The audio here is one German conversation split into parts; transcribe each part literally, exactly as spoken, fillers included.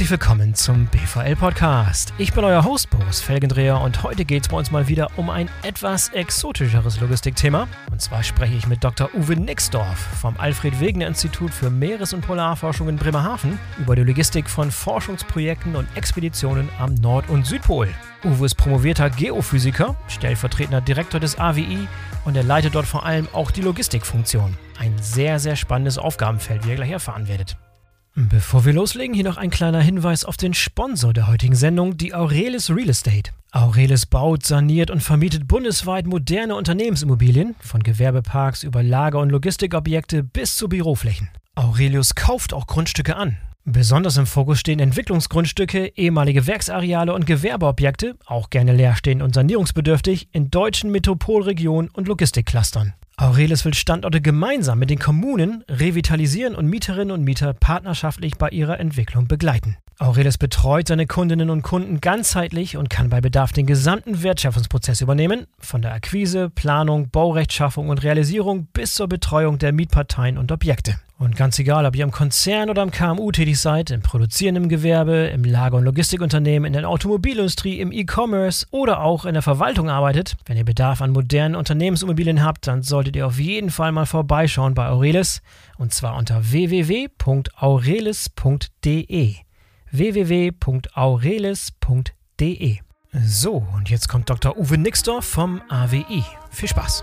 Herzlich willkommen zum B V L-Podcast. Ich bin euer Host Boris Felgendreher und heute geht es bei uns mal wieder um ein etwas exotischeres Logistikthema. Und zwar spreche ich mit Doktor Uwe Nixdorf vom Alfred-Wegener-Institut für Meeres- und Polarforschung in Bremerhaven über die Logistik von Forschungsprojekten und Expeditionen am Nord- und Südpol. Uwe ist promovierter Geophysiker, stellvertretender Direktor des A W I und er leitet dort vor allem auch die Logistikfunktion. Ein sehr, sehr spannendes Aufgabenfeld, wie ihr gleich erfahren werdet. Bevor wir loslegen, hier noch ein kleiner Hinweis auf den Sponsor der heutigen Sendung, die Aurelis Real Estate. Aurelis baut, saniert und vermietet bundesweit moderne Unternehmensimmobilien, von Gewerbeparks über Lager- und Logistikobjekte bis zu Büroflächen. Aurelius kauft auch Grundstücke an. Besonders im Fokus stehen Entwicklungsgrundstücke, ehemalige Werksareale und Gewerbeobjekte, auch gerne leerstehend und sanierungsbedürftig, in deutschen Metropolregionen und Logistikclustern. Aurelis will Standorte gemeinsam mit den Kommunen revitalisieren und Mieterinnen und Mieter partnerschaftlich bei ihrer Entwicklung begleiten. Aurelis betreut seine Kundinnen und Kunden ganzheitlich und kann bei Bedarf den gesamten Wertschöpfungsprozess übernehmen, von der Akquise, Planung, Baurechtschaffung und Realisierung bis zur Betreuung der Mietparteien und Objekte. Und ganz egal, ob ihr im Konzern oder im K M U tätig seid, im produzierenden Gewerbe, im Lager- und Logistikunternehmen, in der Automobilindustrie, im E-Commerce oder auch in der Verwaltung arbeitet, wenn ihr Bedarf an modernen Unternehmensimmobilien habt, dann solltet ihr auf jeden Fall mal vorbeischauen bei Aurelis und zwar unter w w w punkt aurelis punkt d e. w w w punkt aurelis punkt d e. So, und jetzt kommt Doktor Uwe Nixdorf vom A W I. Viel Spaß!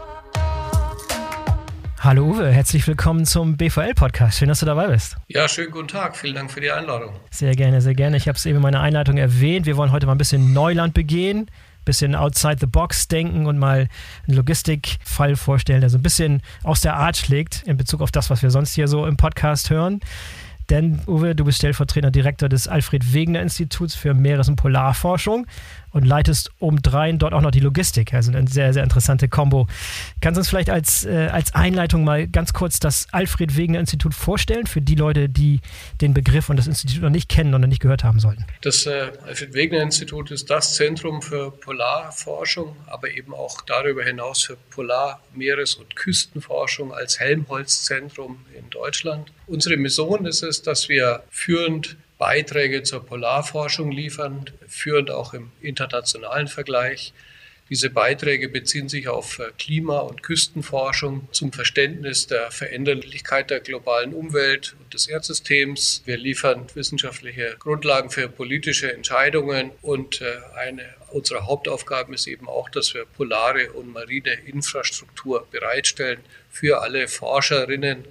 Hallo Uwe, herzlich willkommen zum B V L-Podcast. Schön, dass du dabei bist. Ja, schönen guten Tag. Vielen Dank für die Einladung. Sehr gerne, sehr gerne. Ich habe es eben in meiner Einleitung erwähnt. Wir wollen heute mal ein bisschen Neuland begehen, ein bisschen outside the box denken und mal einen Logistikfall vorstellen, der so ein bisschen aus der Art schlägt in Bezug auf das, was wir sonst hier so im Podcast hören. Denn, Uwe, du bist stellvertretender Direktor des Alfred-Wegener-Instituts für Meeres- und Polarforschung und leitest obendrein dort auch noch die Logistik. Also eine sehr, sehr interessante Kombo. Kannst du uns vielleicht als, äh, als Einleitung mal ganz kurz das Alfred-Wegener-Institut vorstellen für die Leute, die den Begriff und das Institut noch nicht kennen und noch nicht gehört haben sollten? Das äh, Alfred-Wegener-Institut ist das Zentrum für Polarforschung, aber eben auch darüber hinaus für Polar-, Meeres- und Küstenforschung als Helmholtz-Zentrum in Deutschland. Unsere Mission ist es, dass wir führend Beiträge zur Polarforschung liefern, führend auch im internationalen Vergleich. Diese Beiträge beziehen sich auf Klima- und Küstenforschung zum Verständnis der Veränderlichkeit der globalen Umwelt und des Erdsystems. Wir liefern wissenschaftliche Grundlagen für politische Entscheidungen und eine unserer Hauptaufgaben ist eben auch, dass wir polare und marine Infrastruktur bereitstellen für alle Forscherinnen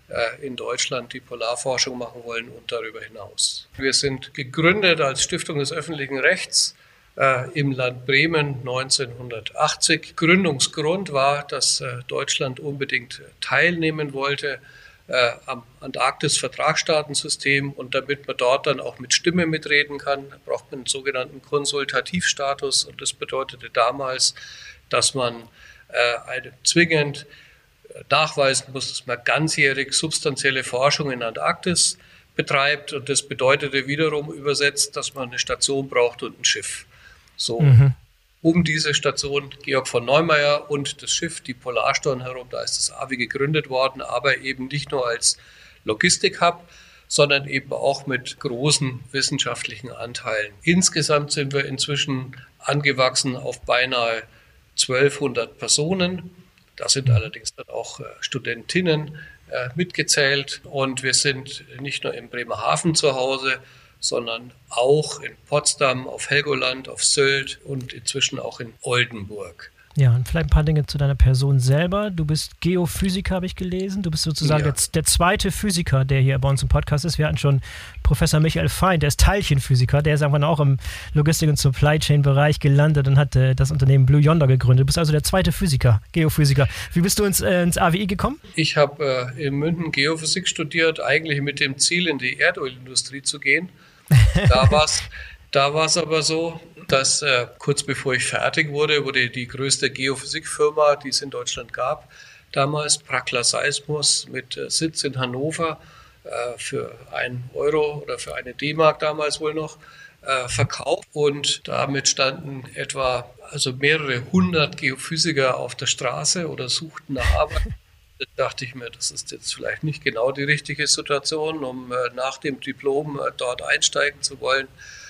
in Deutschland, die Polarforschung machen wollen und darüber hinaus. Wir sind gegründet als Stiftung des öffentlichen Rechts äh, im Land Bremen neunzehnhundertachtzig. Gründungsgrund war, dass äh, Deutschland unbedingt teilnehmen wollte äh, am Antarktis-Vertragsstaatensystem und damit man dort dann auch mit Stimme mitreden kann, braucht man einen sogenannten Konsultativstatus und das bedeutete damals, dass man äh, eine zwingend nachweisen muss, dass man ganzjährig substanzielle Forschung in Antarktis betreibt und das bedeutete wiederum übersetzt, dass man eine Station braucht und ein Schiff. So, mhm. Um diese Station Georg von Neumeier und das Schiff, die Polarstern herum, da ist das A W I gegründet worden, aber eben nicht nur als Logistik-Hub, sondern eben auch mit großen wissenschaftlichen Anteilen. Insgesamt sind wir inzwischen angewachsen auf beinahe zwölfhundert Personen. Da sind allerdings dann auch äh, Studentinnen äh, mitgezählt und wir sind nicht nur in Bremerhaven zu Hause, sondern auch in Potsdam, auf Helgoland, auf Sylt und inzwischen auch in Oldenburg. Ja, und vielleicht ein paar Dinge zu deiner Person selber. Du bist Geophysiker, habe ich gelesen. Du bist sozusagen ja. der, der zweite Physiker, der hier bei uns im Podcast ist. Wir hatten schon Professor Michael Feind, der ist Teilchenphysiker. Der ist irgendwann auch im Logistik- und Supply-Chain-Bereich gelandet und hat äh, das Unternehmen Blue Yonder gegründet. Du bist also der zweite Physiker, Geophysiker. Wie bist du ins, äh, ins A W I gekommen? Ich habe äh, in München Geophysik studiert, eigentlich mit dem Ziel, in die Erdölindustrie zu gehen. Da war es da war's aber so, dass äh, kurz bevor ich fertig wurde, wurde die größte Geophysikfirma, die es in Deutschland gab, damals Prackler Seismos mit äh, Sitz in Hannover äh, für einen Euro oder für eine D-Mark damals wohl noch äh, verkauft. Und damit standen etwa also mehrere hundert Geophysiker auf der Straße oder suchten nach Arbeit. dachte ich mir, das ist jetzt vielleicht nicht genau die richtige Situation, um äh, nach dem Diplom äh, dort einsteigen zu wollen.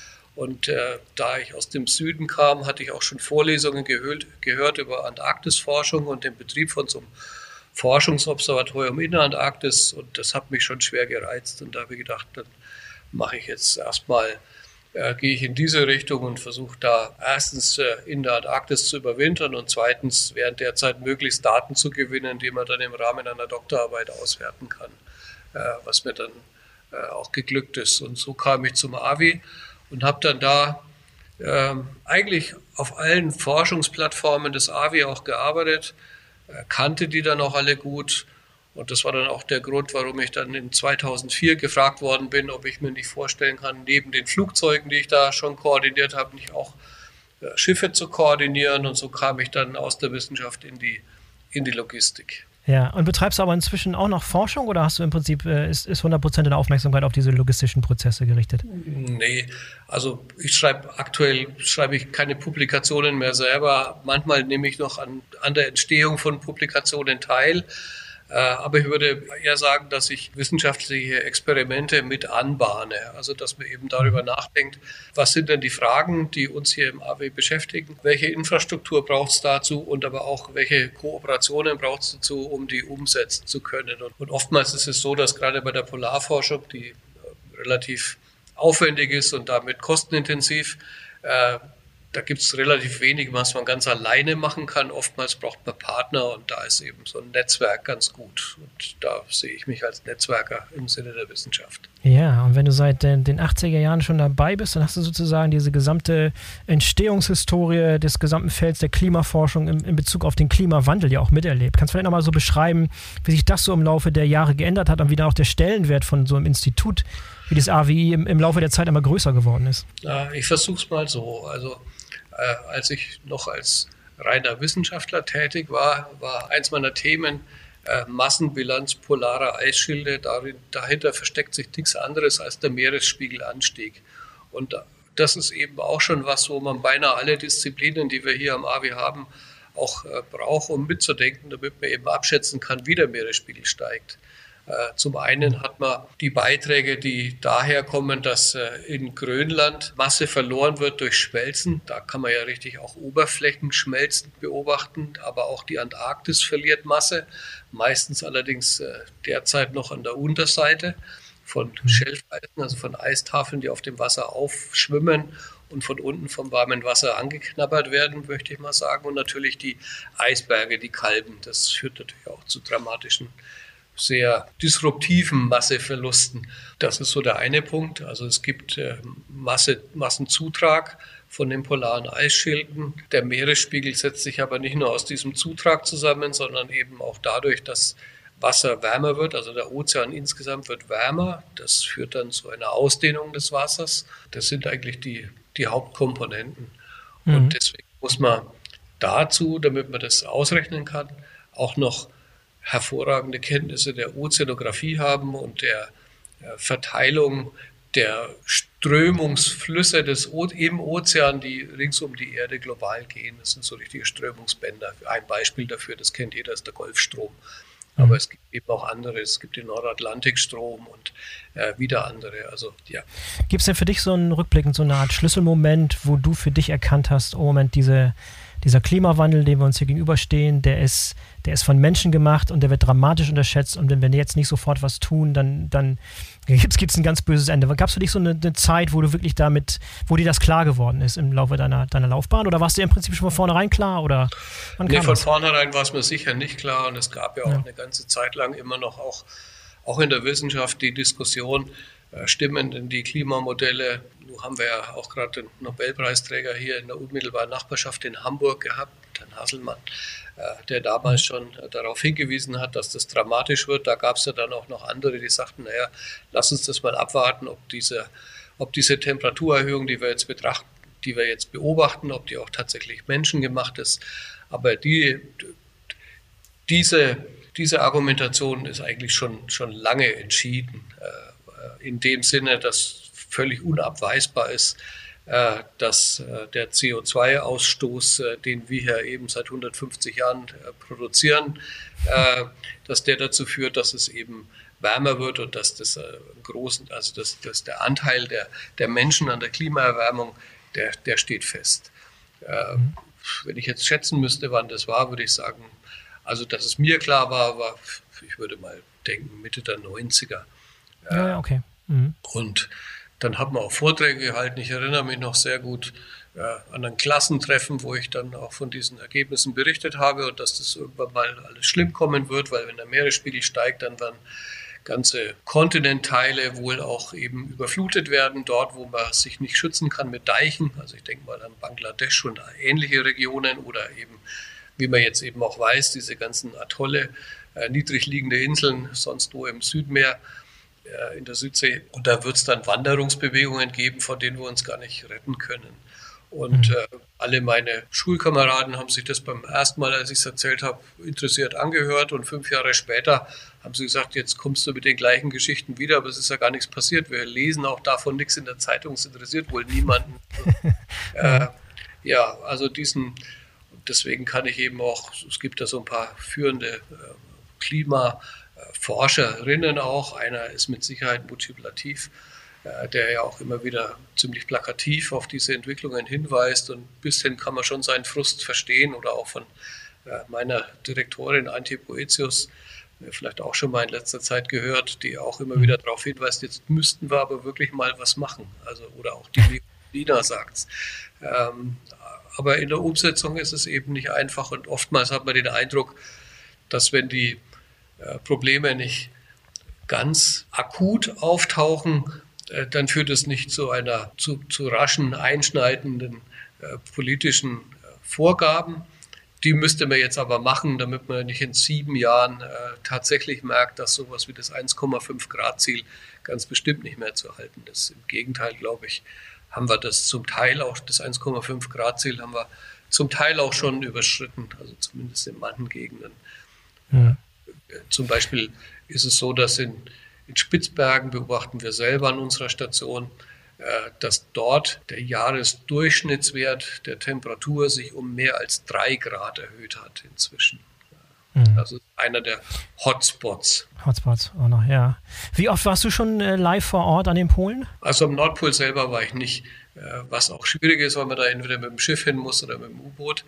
Und äh, da ich aus dem Süden kam, hatte ich auch schon Vorlesungen gehört, gehört über Antarktisforschung und den Betrieb von so einem Forschungsobservatorium in der Antarktis. Und das hat mich schon schwer gereizt. Und da habe ich gedacht, dann mache ich jetzt erstmal, äh, gehe ich in diese Richtung und versuche da erstens äh, in der Antarktis zu überwintern und zweitens während der Zeit möglichst Daten zu gewinnen, die man dann im Rahmen einer Doktorarbeit auswerten kann, äh, was mir dann äh, auch geglückt ist. Und so kam ich zum A W I und habe dann da äh, eigentlich auf allen Forschungsplattformen des A W I auch gearbeitet, äh, kannte die dann auch alle gut. Und das war dann auch der Grund, warum ich dann in zweitausendvier gefragt worden bin, ob ich mir nicht vorstellen kann, neben den Flugzeugen, die ich da schon koordiniert habe, nicht auch äh, Schiffe zu koordinieren. Und so kam ich dann aus der Wissenschaft in die, in die Logistik. Ja, und betreibst du aber inzwischen auch noch Forschung oder hast du im Prinzip, äh, ist, ist hundert Prozent deine Aufmerksamkeit auf diese logistischen Prozesse gerichtet? Nee, also ich schreibe aktuell schreibe ich keine Publikationen mehr selber. Manchmal nehme ich noch an, an der Entstehung von Publikationen teil. Aber ich würde eher sagen, dass ich wissenschaftliche Experimente mit anbahne. Also dass man eben darüber nachdenkt, was sind denn die Fragen, die uns hier im A W I beschäftigen? Welche Infrastruktur braucht es dazu und aber auch welche Kooperationen braucht es dazu, um die umsetzen zu können? Und oftmals ist es so, dass gerade bei der Polarforschung, die relativ aufwendig ist und damit kostenintensiv, äh, da gibt es relativ wenig, was man ganz alleine machen kann. Oftmals braucht man Partner und da ist eben so ein Netzwerk ganz gut. Und da sehe ich mich als Netzwerker im Sinne der Wissenschaft. Ja, und wenn du seit den, den achtziger Jahren schon dabei bist, dann hast du sozusagen diese gesamte Entstehungshistorie des gesamten Felds der Klimaforschung in, in Bezug auf den Klimawandel ja auch miterlebt. Kannst du vielleicht nochmal so beschreiben, wie sich das so im Laufe der Jahre geändert hat und wie dann auch der Stellenwert von so einem Institut wie das A W I im, im Laufe der Zeit immer größer geworden ist? Ja, ich versuche es mal so. Also Äh, als ich noch als reiner Wissenschaftler tätig war, war eins meiner Themen äh, Massenbilanz polarer Eisschilde. Darin, dahinter versteckt sich nichts anderes als der Meeresspiegelanstieg. Und das ist eben auch schon was, wo man beinahe alle Disziplinen, die wir hier am A W I haben, auch äh, braucht, um mitzudenken, damit man eben abschätzen kann, wie der Meeresspiegel steigt. Zum einen hat man die Beiträge, die daher kommen, dass in Grönland Masse verloren wird durch Schmelzen. Da kann man ja richtig auch Oberflächenschmelzen beobachten, aber auch die Antarktis verliert Masse, meistens allerdings derzeit noch an der Unterseite von Schelfeisen, also von Eistafeln, die auf dem Wasser aufschwimmen und von unten vom warmen Wasser angeknabbert werden, möchte ich mal sagen. Und natürlich die Eisberge, die kalben. Das führt natürlich auch zu dramatischen, sehr disruptiven Masseverlusten. Das ist so der eine Punkt. Also es gibt äh, Masse, Massenzutrag von den polaren Eisschilden. Der Meeresspiegel setzt sich aber nicht nur aus diesem Zutrag zusammen, sondern eben auch dadurch, dass Wasser wärmer wird. Also der Ozean insgesamt wird wärmer. Das führt dann zu einer Ausdehnung des Wassers. Das sind eigentlich die, die Hauptkomponenten. Mhm. Und deswegen muss man dazu, damit man das ausrechnen kann, auch noch hervorragende Kenntnisse der Ozeanographie haben und der Verteilung der Strömungsflüsse des o- im Ozean, die rings um die Erde global gehen. Das sind so richtige Strömungsbänder. Ein Beispiel dafür, das kennt jeder, ist der Golfstrom. Aber es gibt eben auch andere. Es gibt den Nordatlantikstrom und äh, wieder andere. Also, ja. Gibt es denn für dich so einen Rückblick, so eine Art Schlüsselmoment, wo du für dich erkannt hast, oh Moment, diese Dieser Klimawandel, dem wir uns hier gegenüberstehen, der ist, der ist von Menschen gemacht und der wird dramatisch unterschätzt. Und wenn wir jetzt nicht sofort was tun, dann, dann gibt es ein ganz böses Ende. Gab es für dich so eine, eine Zeit, wo du wirklich damit, wo dir das klar geworden ist im Laufe deiner, deiner Laufbahn? Oder warst du im Prinzip schon von vornherein klar? Oder wann nee, kam von das? vornherein war es mir sicher nicht klar. Und es gab ja auch Ja. eine ganze Zeit lang immer noch auch, auch in der Wissenschaft die Diskussion, äh, stimmen denn die Klimamodelle? Nun haben wir ja auch gerade den Nobelpreisträger hier in der unmittelbaren Nachbarschaft in Hamburg gehabt, Herrn Hasselmann, äh, der damals schon äh, darauf hingewiesen hat, dass das dramatisch wird. Da gab es ja dann auch noch andere, die sagten, naja, lass uns das mal abwarten, ob diese, ob diese Temperaturerhöhung, die wir jetzt betrachten, die wir jetzt beobachten, ob die auch tatsächlich menschengemacht ist. Aber die, diese, diese Argumentation ist eigentlich schon, schon lange entschieden, äh, in dem Sinne, dass völlig unabweisbar ist, äh, dass äh, der C O zwei Ausstoß, äh, den wir hier eben seit hundertfünfzig Jahren äh, produzieren, äh, dass der dazu führt, dass es eben wärmer wird und dass das äh, großen, also dass, dass der Anteil der, der Menschen an der Klimaerwärmung, der, der steht fest. Äh, mhm. Wenn ich jetzt schätzen müsste, wann das war, würde ich sagen, also dass es mir klar war, war, ich würde mal denken, Mitte der neunziger. Äh, ja, okay. Mhm. Und dann hat man auch Vorträge gehalten. Ich erinnere mich noch sehr gut äh, an ein Klassentreffen, wo ich dann auch von diesen Ergebnissen berichtet habe und dass das irgendwann mal alles schlimm kommen wird, weil wenn der Meeresspiegel steigt, dann werden ganze Kontinentteile wohl auch eben überflutet werden, dort, wo man sich nicht schützen kann mit Deichen. Also ich denke mal an Bangladesch und ähnliche Regionen oder eben, wie man jetzt eben auch weiß, diese ganzen Atolle, äh, niedrig liegende Inseln, sonst wo im Südmeer, äh, in der Südsee. Und da wird es dann Wanderungsbewegungen geben, von denen wir uns gar nicht retten können. Und äh, alle meine Schulkameraden haben sich das beim ersten Mal, als ich es erzählt habe, interessiert angehört. Und fünf Jahre später haben sie gesagt, jetzt kommst du mit den gleichen Geschichten wieder, aber es ist ja gar nichts passiert. Wir lesen auch davon nichts in der Zeitung, es interessiert wohl niemanden. äh, ja, also diesen, deswegen kann ich eben auch, es gibt da so ein paar führende äh, Klimaforscherinnen auch. Einer ist mit Sicherheit Mutti Latif, der ja auch immer wieder ziemlich plakativ auf diese Entwicklungen hinweist. Und ein bisschen kann man schon seinen Frust verstehen oder auch von meiner Direktorin Antje Boetius, vielleicht auch schon mal in letzter Zeit gehört, die auch immer wieder darauf hinweist, jetzt müssten wir aber wirklich mal was machen. Also, oder auch die Lina sagt es. Ähm, aber in der Umsetzung ist es eben nicht einfach und oftmals hat man den Eindruck, dass wenn die äh, Probleme nicht ganz akut auftauchen, dann führt es nicht zu einer zu, zu raschen, einschneidenden äh, politischen äh, Vorgaben. Die müsste man jetzt aber machen, damit man nicht in sieben Jahren äh, tatsächlich merkt, dass sowas wie das eins Komma fünf Grad Ziel ganz bestimmt nicht mehr zu halten ist. Im Gegenteil, glaube ich, haben wir das zum Teil auch, das eins Komma fünf Grad Ziel haben wir zum Teil auch schon überschritten, also zumindest in manchen Gegenden. Ja. Äh, zum Beispiel ist es so, dass in In Spitzbergen beobachten wir selber an unserer Station, dass dort der Jahresdurchschnittswert der Temperatur sich um mehr als drei Grad erhöht hat inzwischen. Mhm. Also einer der Hotspots. Hotspots auch noch, ja. Wie oft warst du schon live vor Ort an den Polen? Also am Nordpol selber war ich nicht, was auch schwierig ist, weil man da entweder mit dem Schiff hin muss oder mit dem U-Boot.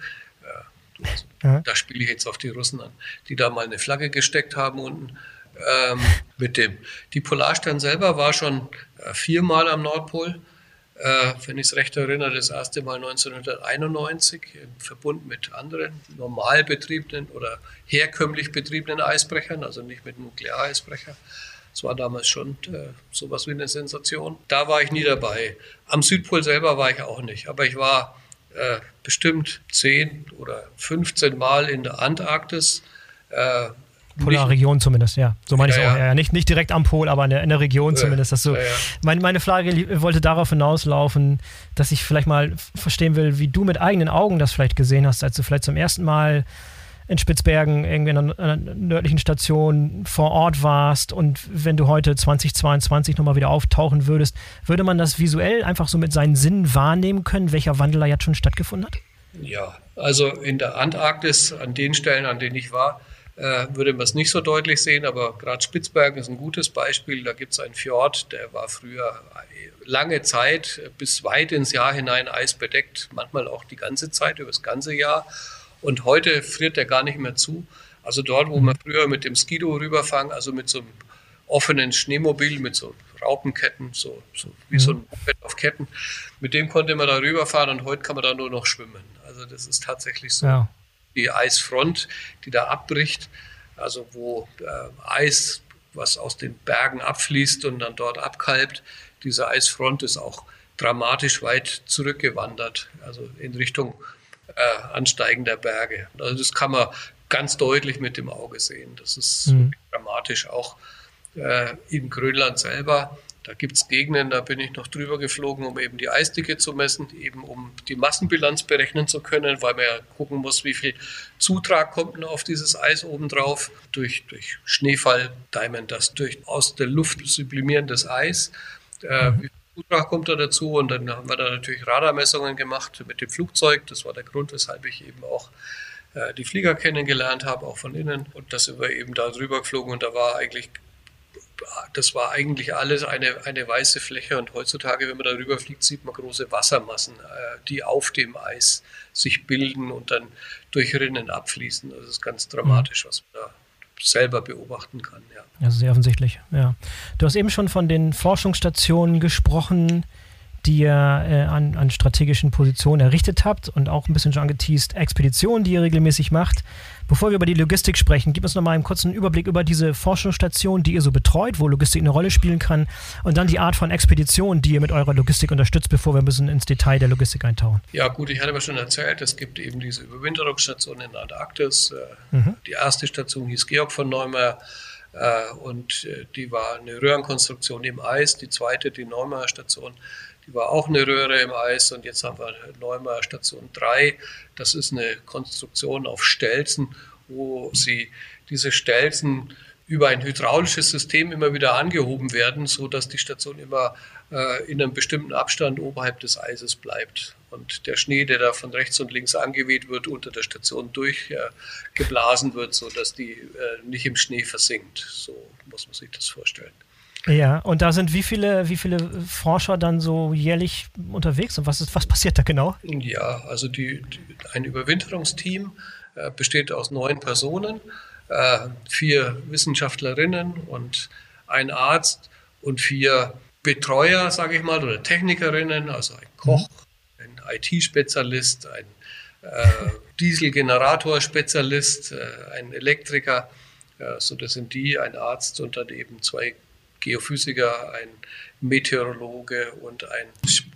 Also, ja. Da spiele ich jetzt auf die Russen an, die da mal eine Flagge gesteckt haben unten. Ähm, mit dem. Die Polarstern selber war schon äh, viermal am Nordpol, äh, wenn ich es recht erinnere, das erste Mal neunzehnhunderteinundneunzig im Verbund mit anderen normal betriebenen oder herkömmlich betriebenen Eisbrechern, also nicht mit Nukleareisbrecher. Das war damals schon äh, sowas wie eine Sensation. Da war ich nie dabei. Am Südpol selber war ich auch nicht, aber ich war äh, bestimmt zehn oder fünfzehn Mal in der Antarktis. Äh, Polarregion zumindest, ja. So meine ich es ja, auch. Ja. Ja, nicht, nicht direkt am Pol, aber in der, in der Region ja, zumindest. Dass du, ja, ja. Meine, meine Frage wollte darauf hinauslaufen, dass ich vielleicht mal verstehen will, wie du mit eigenen Augen das vielleicht gesehen hast, als du vielleicht zum ersten Mal in Spitzbergen irgendwie in einer, einer nördlichen Station vor Ort warst und wenn du heute zweitausendzweiundzwanzig nochmal wieder auftauchen würdest, würde man das visuell einfach so mit seinen Sinnen wahrnehmen können, welcher Wandel da jetzt schon stattgefunden hat? Ja, also in der Antarktis, an den Stellen, an denen ich war, würde man es nicht so deutlich sehen, aber gerade Spitzbergen ist ein gutes Beispiel. Da gibt es einen Fjord, der war früher lange Zeit bis weit ins Jahr hinein eisbedeckt, manchmal auch die ganze Zeit, über das ganze Jahr. Und heute friert der gar nicht mehr zu. Also dort, wo man früher mit dem Skido rüberfahren, also mit so einem offenen Schneemobil, mit so Raupenketten, so, so wie mhm. so ein Moped auf Ketten, mit dem konnte man da rüberfahren und heute kann man da nur noch schwimmen. Also das ist tatsächlich so. Ja. Die Eisfront, die da abbricht, also wo äh, Eis, was aus den Bergen abfließt und dann dort abkalbt, diese Eisfront ist auch dramatisch weit zurückgewandert, also in Richtung äh, ansteigender Berge. Also das kann man ganz deutlich mit dem Auge sehen. Das ist mhm. dramatisch auch äh, in Grönland selber. Da gibt es Gegenden, da bin ich noch drüber geflogen, um eben die Eisdicke zu messen, eben um die Massenbilanz berechnen zu können, weil man ja gucken muss, wie viel Zutrag kommt noch auf dieses Eis obendrauf. Durch, durch Schneefall, Diamond, das durch aus der Luft sublimierendes Eis, äh, mhm. wie viel Zutrag kommt da dazu und dann haben wir da natürlich Radarmessungen gemacht mit dem Flugzeug. Das war der Grund, weshalb ich eben auch äh, die Flieger kennengelernt habe, auch von innen. Und da sind wir eben da drüber geflogen und da war eigentlich, das war eigentlich alles eine, eine weiße Fläche. Und heutzutage, wenn man darüber fliegt, sieht man große Wassermassen, äh, die auf dem Eis sich bilden und dann durch Rinnen abfließen. Das ist ganz dramatisch, was man da selber beobachten kann, ja. Also sehr offensichtlich, ja. Du hast eben schon von den Forschungsstationen gesprochen, die ihr äh, an, an strategischen Positionen errichtet habt und auch ein bisschen schon angeteast Expeditionen, die ihr regelmäßig macht. Bevor wir über die Logistik sprechen, gib uns noch mal einen kurzen Überblick über diese Forschungsstation, die ihr so betreut, wo Logistik eine Rolle spielen kann und dann die Art von Expedition, die ihr mit eurer Logistik unterstützt, bevor wir ein bisschen ins Detail der Logistik eintauchen. Ja gut, ich hatte aber schon erzählt, es gibt eben diese Überwinterungsstation in der Antarktis. Mhm. Die erste Station hieß Georg von Neumayer und die war eine Röhrenkonstruktion im Eis. Die zweite, die Neumayer Station, die war auch eine Röhre im Eis und jetzt haben wir Neumayer Station drei. Das ist eine Konstruktion auf Stelzen, wo sie diese Stelzen über ein hydraulisches System immer wieder angehoben werden, sodass die Station immer äh, in einem bestimmten Abstand oberhalb des Eises bleibt. Und der Schnee, der da von rechts und links angeweht wird, unter der Station durchgeblasen äh, wird, sodass die äh, nicht im Schnee versinkt. So muss man sich das vorstellen. Ja, und da sind wie viele, wie viele Forscher dann so jährlich unterwegs und was ist, was passiert da genau? Ja, also die, die, ein Überwinterungsteam äh, besteht aus neun Personen, äh, vier Wissenschaftlerinnen und ein Arzt und vier Betreuer, sage ich mal, oder Technikerinnen, also ein Koch, ein I T-Spezialist, ein äh, Dieselgenerator-Spezialist, äh, ein Elektriker, äh, so das sind die, ein Arzt und dann eben zwei Geophysiker, ein Meteorologe und ein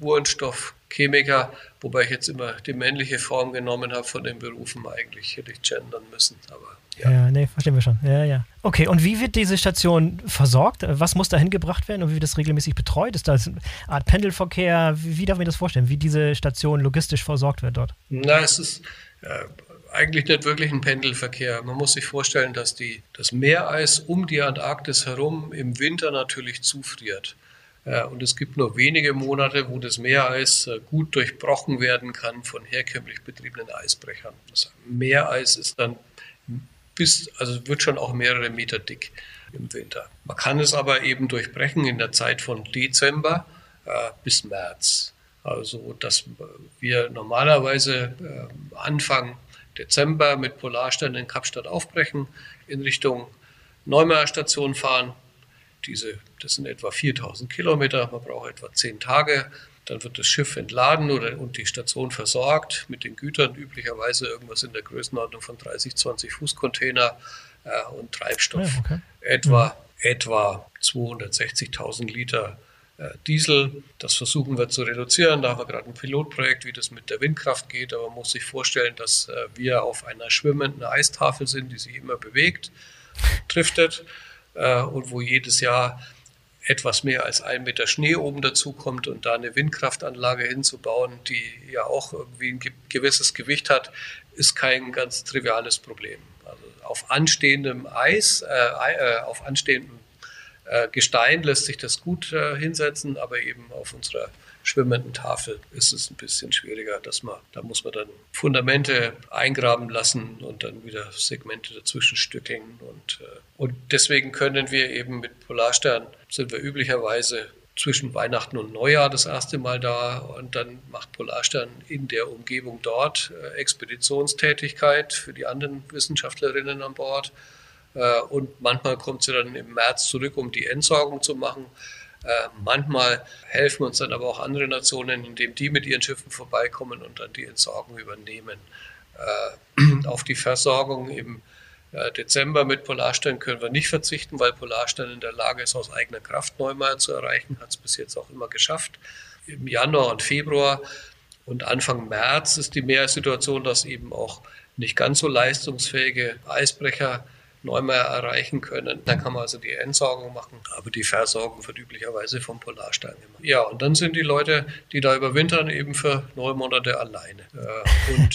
Spurenstoffchemiker, wobei ich jetzt immer die männliche Form genommen habe von den Berufen. Eigentlich hätte ich gendern müssen, aber ja. Ja, nee, verstehen wir schon. Ja, ja. Okay, und wie wird diese Station versorgt? Was muss da hingebracht werden und wie wird das regelmäßig betreut? Ist das eine Art Pendelverkehr? Wie, wie darf man das vorstellen, wie diese Station logistisch versorgt wird dort? Na, es ist äh, eigentlich nicht wirklich ein Pendelverkehr. Man muss sich vorstellen, dass die, das Meereis um die Antarktis herum im Winter natürlich zufriert. Äh, und es gibt nur wenige Monate, wo das Meereis äh, gut durchbrochen werden kann von herkömmlich betriebenen Eisbrechern. Das Meereis ist dann bis, also wird schon auch mehrere Meter dick im Winter. Man kann es aber eben durchbrechen in der Zeit von Dezember äh, bis März. Also, dass wir normalerweise äh, Anfang Dezember mit Polarstern in Kapstadt aufbrechen, in Richtung Neumayer Station fahren. Diese, das sind etwa viertausend Kilometer, man braucht etwa zehn Tage. Dann wird das Schiff entladen oder, und die Station versorgt mit den Gütern, üblicherweise irgendwas in der Größenordnung von dreißig, zwanzig Fußcontainer äh, und Treibstoff. Ja, okay. Etwa, ja. etwa zweihundertsechzigtausend Liter Diesel, das versuchen wir zu reduzieren. Da haben wir gerade ein Pilotprojekt, wie das mit der Windkraft geht. Aber man muss sich vorstellen, dass wir auf einer schwimmenden Eistafel sind, die sich immer bewegt, driftet und wo jedes Jahr etwas mehr als ein Meter Schnee oben dazu kommt und da eine Windkraftanlage hinzubauen, die ja auch irgendwie ein gewisses Gewicht hat, ist kein ganz triviales Problem. Also auf anstehendem Eis, äh, auf anstehendem Gestein lässt sich das gut äh, hinsetzen, aber eben auf unserer schwimmenden Tafel ist es ein bisschen schwieriger, dass man, da muss man dann Fundamente eingraben lassen und dann wieder Segmente dazwischen stückeln und, äh, und deswegen können wir eben mit Polarstern, sind wir üblicherweise zwischen Weihnachten und Neujahr das erste Mal da und dann macht Polarstern in der Umgebung dort äh, Expeditionstätigkeit für die anderen Wissenschaftlerinnen an Bord. Und manchmal kommt sie dann im März zurück, um die Entsorgung zu machen. Manchmal helfen uns dann aber auch andere Nationen, indem die mit ihren Schiffen vorbeikommen und dann die Entsorgung übernehmen. Auf die Versorgung im Dezember mit Polarstern können wir nicht verzichten, weil Polarstern in der Lage ist, aus eigener Kraft Neumayer zu erreichen. Hat es bis jetzt auch immer geschafft. Im Januar und Februar und Anfang März ist die Meeressituation, dass eben auch nicht ganz so leistungsfähige Eisbrecher Neumayer erreichen können. Dann kann man also die Entsorgung machen, aber die Versorgung wird üblicherweise vom Polarstern gemacht. Ja, und dann sind die Leute, die da überwintern, eben für neun Monate alleine. Und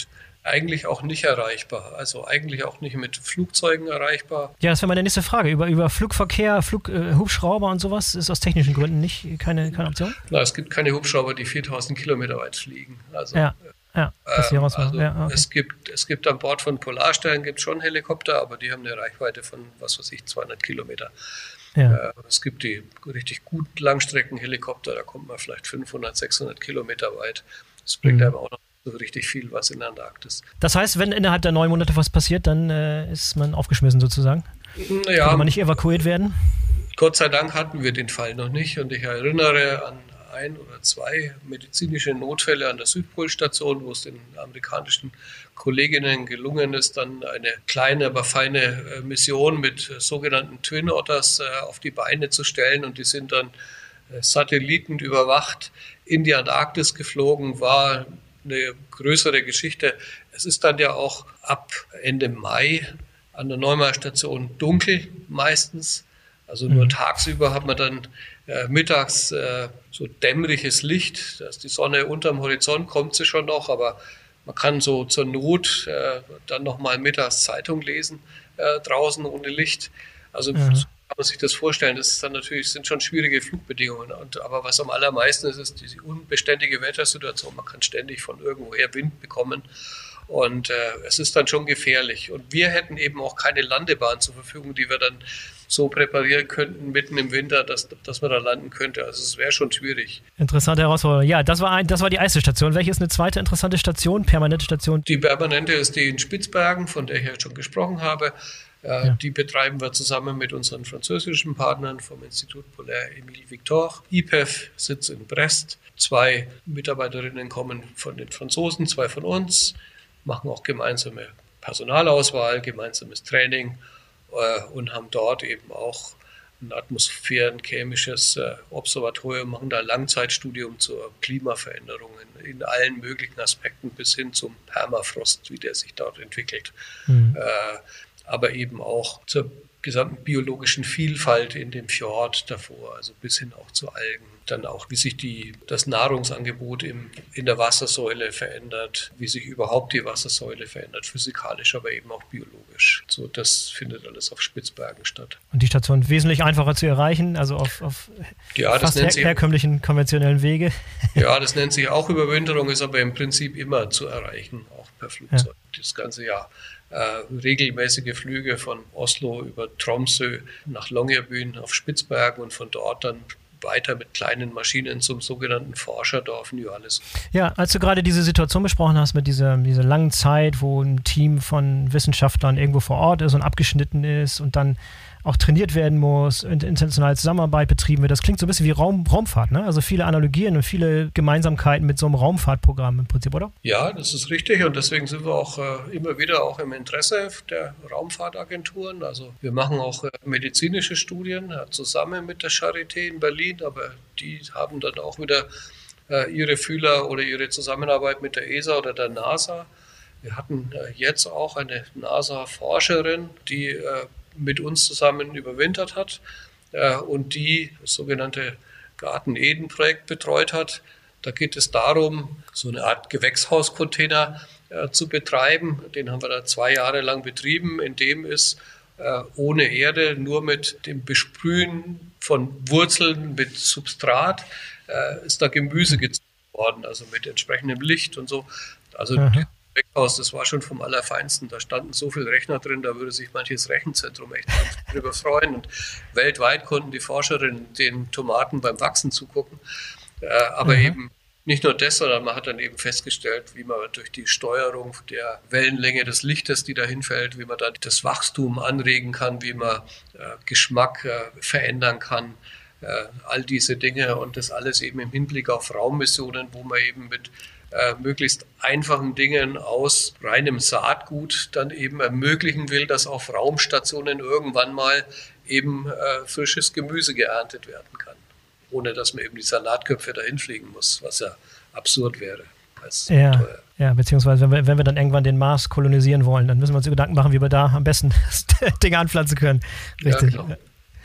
eigentlich auch nicht erreichbar. Also eigentlich auch nicht mit Flugzeugen erreichbar. Ja, das wäre meine nächste Frage. Über, über Flugverkehr, Flug, äh, Hubschrauber und sowas ist aus technischen Gründen nicht keine, keine Option? Na, es gibt keine Hubschrauber, die viertausend Kilometer weit fliegen. Also, ja, ja, das ähm, also, ja, okay. es gibt es gibt an Bord von Polarstern gibt schon Helikopter, aber die haben eine Reichweite von, was weiß ich, zweihundert Kilometer. Ja. Äh, es gibt die richtig guten Langstreckenhelikopter, da kommt man vielleicht fünfhundert, sechshundert Kilometer weit. Das bringt mhm. einem auch noch so richtig viel was in der Antarktis. Das heißt, wenn innerhalb der neun Monate was passiert, dann äh, ist man aufgeschmissen sozusagen? Ja, kann man nicht evakuiert werden? Gott sei Dank hatten wir den Fall noch nicht und ich erinnere an ein oder zwei medizinische Notfälle an der Südpolstation, wo es den amerikanischen Kolleginnen gelungen ist, dann eine kleine, aber feine Mission mit sogenannten Twin Otters auf die Beine zu stellen und die sind dann Satelliten überwacht in die Antarktis geflogen, war eine größere Geschichte. Es ist dann ja auch ab Ende Mai an der Neumar-Station dunkel meistens. Also nur mhm. tagsüber hat man dann äh, mittags äh, so dämmeriges Licht. Dass die Sonne unterm Horizont kommt sie schon noch, aber man kann so zur Not äh, dann nochmal mittags Zeitung lesen äh, draußen ohne Licht. Also mhm. so kann man sich das vorstellen. Das ist dann natürlich, sind schon schwierige Flugbedingungen. Und, aber was am allermeisten ist, ist diese unbeständige Wettersituation. Man kann ständig von irgendwoher Wind bekommen. Und äh, es ist dann schon gefährlich. Und wir hätten eben auch keine Landebahn zur Verfügung, die wir dann so präparieren könnten mitten im Winter, dass, dass man da landen könnte. Also es wäre schon schwierig. Interessante Herausforderung. Ja, das war, ein, das war die erste Station. Welche ist eine zweite interessante Station, permanente Station? Die permanente ist die in Spitzbergen, von der ich ja schon gesprochen habe. Äh, ja. Die betreiben wir zusammen mit unseren französischen Partnern vom Institut Polaire Émile Victor. I P E F sitzt in Brest. Zwei Mitarbeiterinnen kommen von den Franzosen, zwei von uns, machen auch gemeinsame Personalauswahl, gemeinsames Training äh, und haben dort eben auch ein atmosphärenchemisches äh, Observatorium, machen da Langzeitstudium zur Klimaveränderungen in allen möglichen Aspekten bis hin zum Permafrost, wie der sich dort entwickelt. Mhm. Äh, aber eben auch zur gesamten biologischen Vielfalt in dem Fjord davor, also bis hin auch zu Algen. Dann auch, wie sich die, das Nahrungsangebot im, in der Wassersäule verändert, wie sich überhaupt die Wassersäule verändert, physikalisch, aber eben auch biologisch. So, das findet alles auf Spitzbergen statt. Und die Station wesentlich einfacher zu erreichen, also auf, auf ja, fast her- herkömmlichen, konventionellen Wege? Ja, das nennt sich auch Überwinterung, ist aber im Prinzip immer zu erreichen, auch per Flugzeug, ja. Das ganze Jahr. Äh, regelmäßige Flüge von Oslo über Tromsø nach Longyearbyen auf Spitzbergen und von dort dann weiter mit kleinen Maschinen zum sogenannten Forscherdorf Ny-Ålesund. Ja, als du gerade diese Situation besprochen hast mit dieser, dieser langen Zeit, wo ein Team von Wissenschaftlern irgendwo vor Ort ist und abgeschnitten ist und dann auch trainiert werden muss, internationale Zusammenarbeit betrieben wird. Das klingt so ein bisschen wie Raum, Raumfahrt, ne? Also viele Analogien und viele Gemeinsamkeiten mit so einem Raumfahrtprogramm im Prinzip, oder? Ja, das ist richtig und deswegen sind wir auch äh, immer wieder auch im Interesse der Raumfahrtagenturen. Also wir machen auch äh, medizinische Studien äh, zusammen mit der Charité in Berlin, aber die haben dann auch wieder äh, ihre Fühler oder ihre Zusammenarbeit mit der E S A oder der NASA. Wir hatten äh, jetzt auch eine NASA-Forscherin, die äh, mit uns zusammen überwintert hat äh, und die das sogenannte Garten-Eden-Projekt betreut hat. Da geht es darum, so eine Art Gewächshauscontainer äh, zu betreiben. Den haben wir da zwei Jahre lang betrieben, in dem ist äh, ohne Erde, nur mit dem Besprühen von Wurzeln mit Substrat, äh, ist da Gemüse gezogen worden, also mit entsprechendem Licht und so. Also mhm. Gewächshaus, das war schon vom Allerfeinsten. Da standen so viele Rechner drin, da würde sich manches Rechenzentrum echt darüber freuen. Und weltweit konnten die Forscherinnen den Tomaten beim Wachsen zugucken. Äh, aber mhm. eben nicht nur das, sondern man hat dann eben festgestellt, wie man durch die Steuerung der Wellenlänge des Lichtes, die dahin fällt, wie man dann das Wachstum anregen kann, wie man äh, Geschmack äh, verändern kann. Äh, all diese Dinge und das alles eben im Hinblick auf Raummissionen, wo man eben mit Äh, möglichst einfachen Dingen aus reinem Saatgut dann eben ermöglichen will, dass auf Raumstationen irgendwann mal eben äh, frisches Gemüse geerntet werden kann, ohne dass man eben die Salatköpfe dahin fliegen muss, was ja absurd wäre. Als ja, ja, beziehungsweise wenn wir, wenn wir dann irgendwann den Mars kolonisieren wollen, dann müssen wir uns Gedanken machen, wie wir da am besten das Ding anpflanzen können. Richtig. Ja, genau.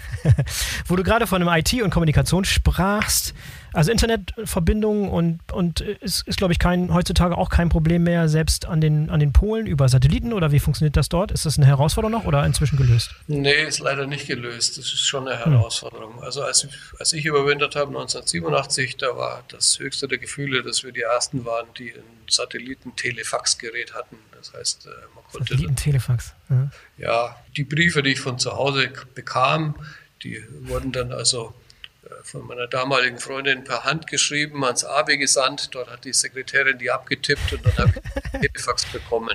Wo du gerade von einem I T und Kommunikation sprachst, also Internetverbindung und, und ist, ist glaube ich, kein, heutzutage auch kein Problem mehr, selbst an den, an den Polen über Satelliten, oder wie funktioniert das dort? Ist das eine Herausforderung noch oder inzwischen gelöst? Nee, ist leider nicht gelöst. Das ist schon eine Herausforderung. Hm. Also als, als ich überwintert habe neunzehnhundertsiebenundachtzig, da war das höchste der Gefühle, dass wir die Ersten waren, die ein Satelliten-Telefax-Gerät hatten. Das heißt, man konnte... Satelliten-Telefax. Ja. ja, die Briefe, die ich von zu Hause bekam, die wurden dann also von meiner damaligen Freundin per Hand geschrieben, ans A W gesandt. Dort hat die Sekretärin die abgetippt und dann habe ich einen Telefax bekommen.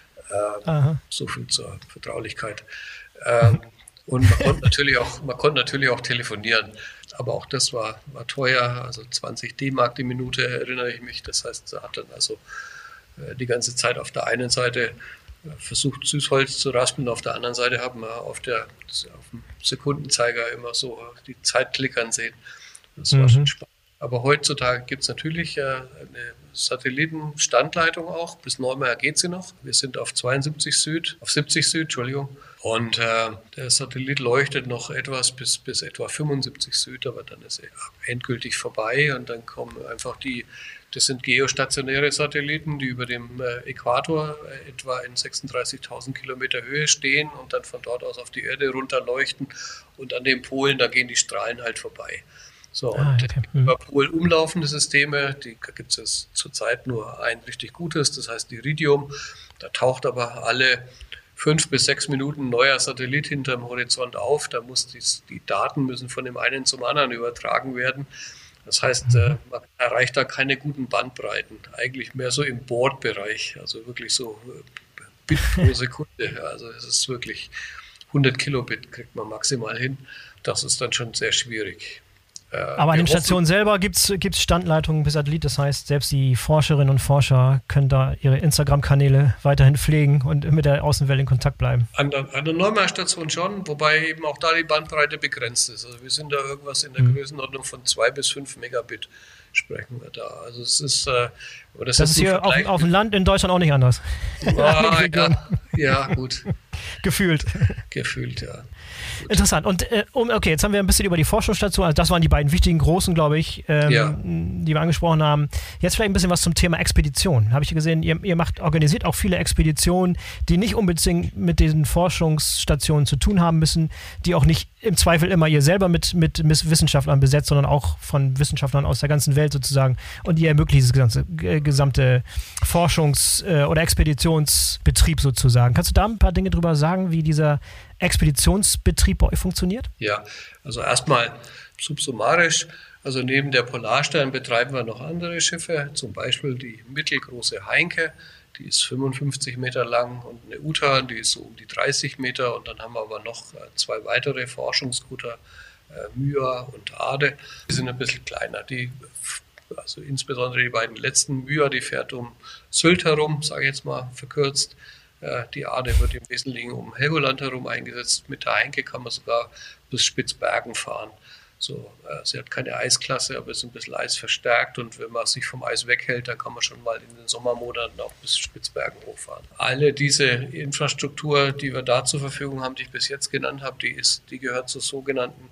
Ähm, so viel zur Vertraulichkeit. Ähm, und man konnte natürlich auch, man konnte natürlich auch telefonieren. Aber auch das war, war teuer, also zwanzig D-Mark die Minute, erinnere ich mich. Das heißt, er hat dann also äh, die ganze Zeit auf der einen Seite versucht, Süßholz zu raspeln. Auf der anderen Seite haben wir auf, der, auf dem Sekundenzeiger immer so die Zeit klickern sehen. Das war mhm. schon spannend. Aber heutzutage gibt es natürlich äh, eine Satellitenstandleitung auch. Bis Neumeier geht sie noch. Wir sind auf zweiundsiebzig Süd, auf siebzig Süd, Entschuldigung. Und äh, der Satellit leuchtet noch etwas bis, bis etwa fünfundsiebzig Süd, aber dann ist er endgültig vorbei und dann kommen einfach die, das sind geostationäre Satelliten, die über dem äh, Äquator äh, etwa in sechsunddreißigtausend Kilometer Höhe stehen und dann von dort aus auf die Erde runterleuchten und an den Polen, da gehen die Strahlen halt vorbei. So, ah, und okay. über Pol umlaufende Systeme, die gibt es zurzeit nur ein richtig gutes, das heißt Iridium. Da taucht aber alle fünf bis sechs Minuten ein neuer Satellit hinterm Horizont auf. Da muss die, die Daten müssen von dem einen zum anderen übertragen werden. Das heißt, mhm. man erreicht da keine guten Bandbreiten. Eigentlich mehr so im Bordbereich, also wirklich so Bit pro Sekunde. Also es ist wirklich hundert Kilobit kriegt man maximal hin. Das ist dann schon sehr schwierig. Aber an den Stationen selber gibt es Standleitungen per Satellit. Das heißt, selbst die Forscherinnen und Forscher können da ihre Instagram-Kanäle weiterhin pflegen und mit der Außenwelt in Kontakt bleiben. An der, an der Neumeier-Station schon, wobei eben auch da die Bandbreite begrenzt ist. Also wir sind da irgendwas in der mhm. Größenordnung von zwei bis fünf Megabit sprechen wir da. Also es ist... Äh, das, das ist hier auf, auf dem Land in Deutschland auch nicht anders. Ah, ja, ja, gut. Gefühlt. Gefühlt, ja. Gut. Interessant. Und äh, okay, jetzt haben wir ein bisschen über die Forschungsstation, also das waren die beiden wichtigen großen, glaube ich, ähm, ja. die wir angesprochen haben. Jetzt vielleicht ein bisschen was zum Thema Expedition. Habe ich gesehen, ihr, ihr macht, organisiert auch viele Expeditionen, die nicht unbedingt mit diesen Forschungsstationen zu tun haben müssen, die auch nicht im Zweifel immer ihr selber mit, mit Wissenschaftlern besetzt, sondern auch von Wissenschaftlern aus der ganzen Welt sozusagen. Und ihr ermöglicht das gesamte, gesamte Forschungs- oder Expeditionsbetrieb sozusagen. Kannst du da ein paar Dinge drüber sagen, wie dieser Expeditionsbetrieb bei euch funktioniert? Ja, also erstmal subsummarisch. Also neben der Polarstern betreiben wir noch andere Schiffe, zum Beispiel die mittelgroße Heinke, die ist fünfundfünfzig Meter lang, und eine Uta, die ist so um die dreißig Meter, und dann haben wir aber noch zwei weitere Forschungskutter, äh, Myra und Ade. Die sind ein bisschen kleiner. Die, also insbesondere die beiden letzten, Myra, die fährt um Sylt herum, sage ich jetzt mal verkürzt. Die Ade wird im Wesentlichen um Helgoland herum eingesetzt. Mit der Heinke kann man sogar bis Spitzbergen fahren. So, äh, sie hat keine Eisklasse, aber ist ein bisschen eisverstärkt, und wenn man sich vom Eis weghält, dann kann man schon mal in den Sommermonaten auch bis Spitzbergen hochfahren. Alle diese Infrastruktur, die wir da zur Verfügung haben, die ich bis jetzt genannt habe, die, ist, die gehört zur sogenannten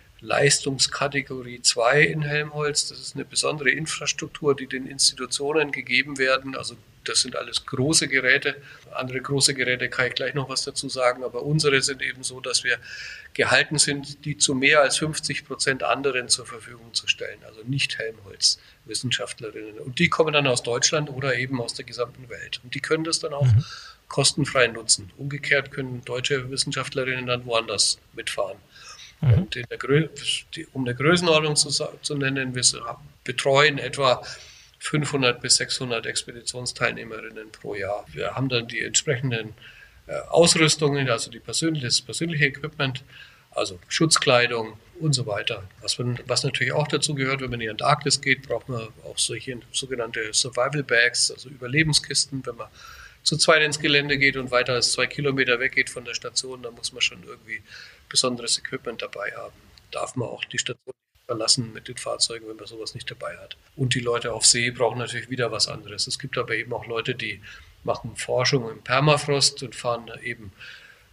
Leistungskategorie zwei in Helmholtz. Das ist eine besondere Infrastruktur, die den Institutionen gegeben werden. Also das sind alles große Geräte. Andere große Geräte kann ich gleich noch was dazu sagen, aber unsere sind eben so, dass wir gehalten sind, die zu mehr als fünfzig Prozent anderen zur Verfügung zu stellen. Also nicht Helmholtz-Wissenschaftlerinnen. Und die kommen dann aus Deutschland oder eben aus der gesamten Welt. Und die können das dann auch mhm. kostenfrei nutzen. Umgekehrt können deutsche Wissenschaftlerinnen dann woanders mitfahren. Mhm. Und in der Grö- die, um eine Größenordnung zu, zu nennen, wir betreuen etwa fünfhundert bis sechshundert Expeditionsteilnehmerinnen pro Jahr. Wir haben dann die entsprechenden äh, Ausrüstungen, also die persönliche, das persönliche Equipment, also Schutzkleidung und so weiter. Was, man, was natürlich auch dazu gehört, wenn man in die Antarktis geht, braucht man auch solche sogenannte Survival Bags, also Überlebenskisten. Wenn man zu zweit ins Gelände geht und weiter als zwei Kilometer weggeht von der Station, dann muss man schon irgendwie besonderes Equipment dabei haben. Darf man auch die Station verlassen mit den Fahrzeugen, wenn man sowas nicht dabei hat. Und die Leute auf See brauchen natürlich wieder was anderes. Es gibt aber eben auch Leute, die machen Forschung im Permafrost und fahren eben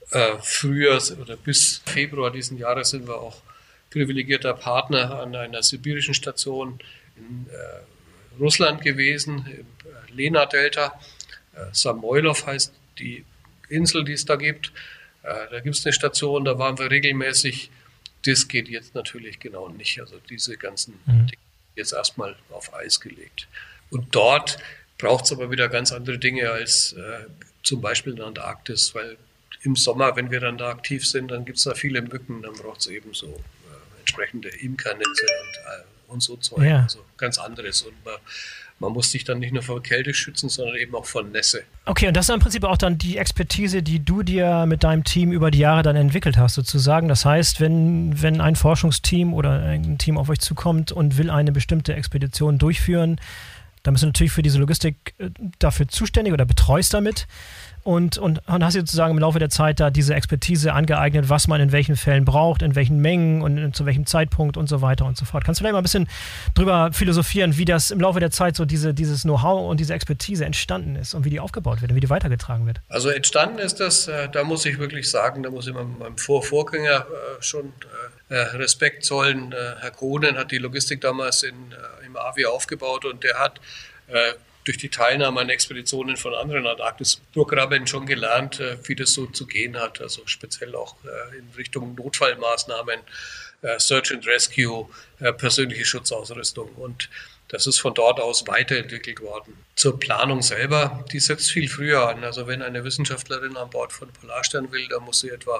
Äh, früher oder bis Februar diesen Jahres sind wir auch privilegierter Partner an einer sibirischen Station in äh, Russland gewesen, im äh, Lena-Delta. Äh, Samoilov heißt die Insel, die es da gibt. Äh, da gibt es eine Station, da waren wir regelmäßig. Das geht jetzt natürlich genau nicht. Also diese ganzen mhm. Dinge jetzt erstmal auf Eis gelegt. Und dort braucht es aber wieder ganz andere Dinge als äh, zum Beispiel in der Antarktis, weil im Sommer, wenn wir dann da aktiv sind, dann gibt es da viele Mücken, dann braucht es eben so äh, entsprechende Imkernetze und, äh, und so Zeug, ja. Also ganz anderes. Und man, man muss sich dann nicht nur vor Kälte schützen, sondern eben auch vor Nässe. Okay, und das ist im Prinzip auch dann die Expertise, die du dir mit deinem Team über die Jahre dann entwickelt hast, sozusagen. Das heißt, wenn, wenn ein Forschungsteam oder ein Team auf euch zukommt und will eine bestimmte Expedition durchführen, dann bist du natürlich für diese Logistik dafür zuständig oder betreust damit. Und, und, und hast du sozusagen im Laufe der Zeit da diese Expertise angeeignet, was man in welchen Fällen braucht, in welchen Mengen und in, zu welchem Zeitpunkt und so weiter und so fort. Kannst du vielleicht mal ein bisschen drüber philosophieren, wie das im Laufe der Zeit so diese, dieses Know-how und diese Expertise entstanden ist und wie die aufgebaut wird und wie die weitergetragen wird? Also entstanden ist das, äh, da muss ich wirklich sagen, da muss ich meinem, meinem Vor Vorgänger äh, schon äh, Respekt zollen. Äh, Herr Kronen hat die Logistik damals in, äh, im A W I aufgebaut und der hat äh, durch die Teilnahme an Expeditionen von anderen Antarktis-Programmen schon gelernt, wie das so zu gehen hat. Also speziell auch in Richtung Notfallmaßnahmen, Search and Rescue, persönliche Schutzausrüstung. Und das ist von dort aus weiterentwickelt worden. Zur Planung selber, die setzt viel früher an. Also wenn eine Wissenschaftlerin an Bord von Polarstern will, dann muss sie etwa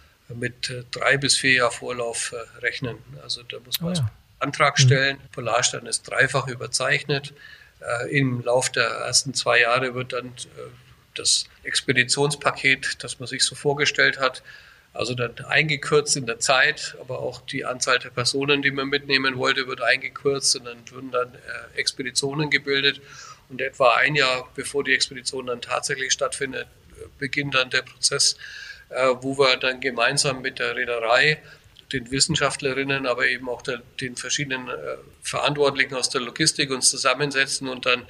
mit drei bis vier Jahren Vorlauf rechnen. Also da muss man oh ja. einen Antrag stellen. Mhm. Polarstern ist dreifach überzeichnet. Im Lauf der ersten zwei Jahre wird dann das Expeditionspaket, das man sich so vorgestellt hat, also dann eingekürzt in der Zeit, aber auch die Anzahl der Personen, die man mitnehmen wollte, wird eingekürzt und dann würden dann Expeditionen gebildet. Und etwa ein Jahr bevor die Expedition dann tatsächlich stattfindet, beginnt dann der Prozess, wo wir dann gemeinsam mit der Reederei, den Wissenschaftlerinnen, aber eben auch der, den verschiedenen äh, Verantwortlichen aus der Logistik uns zusammensetzen und dann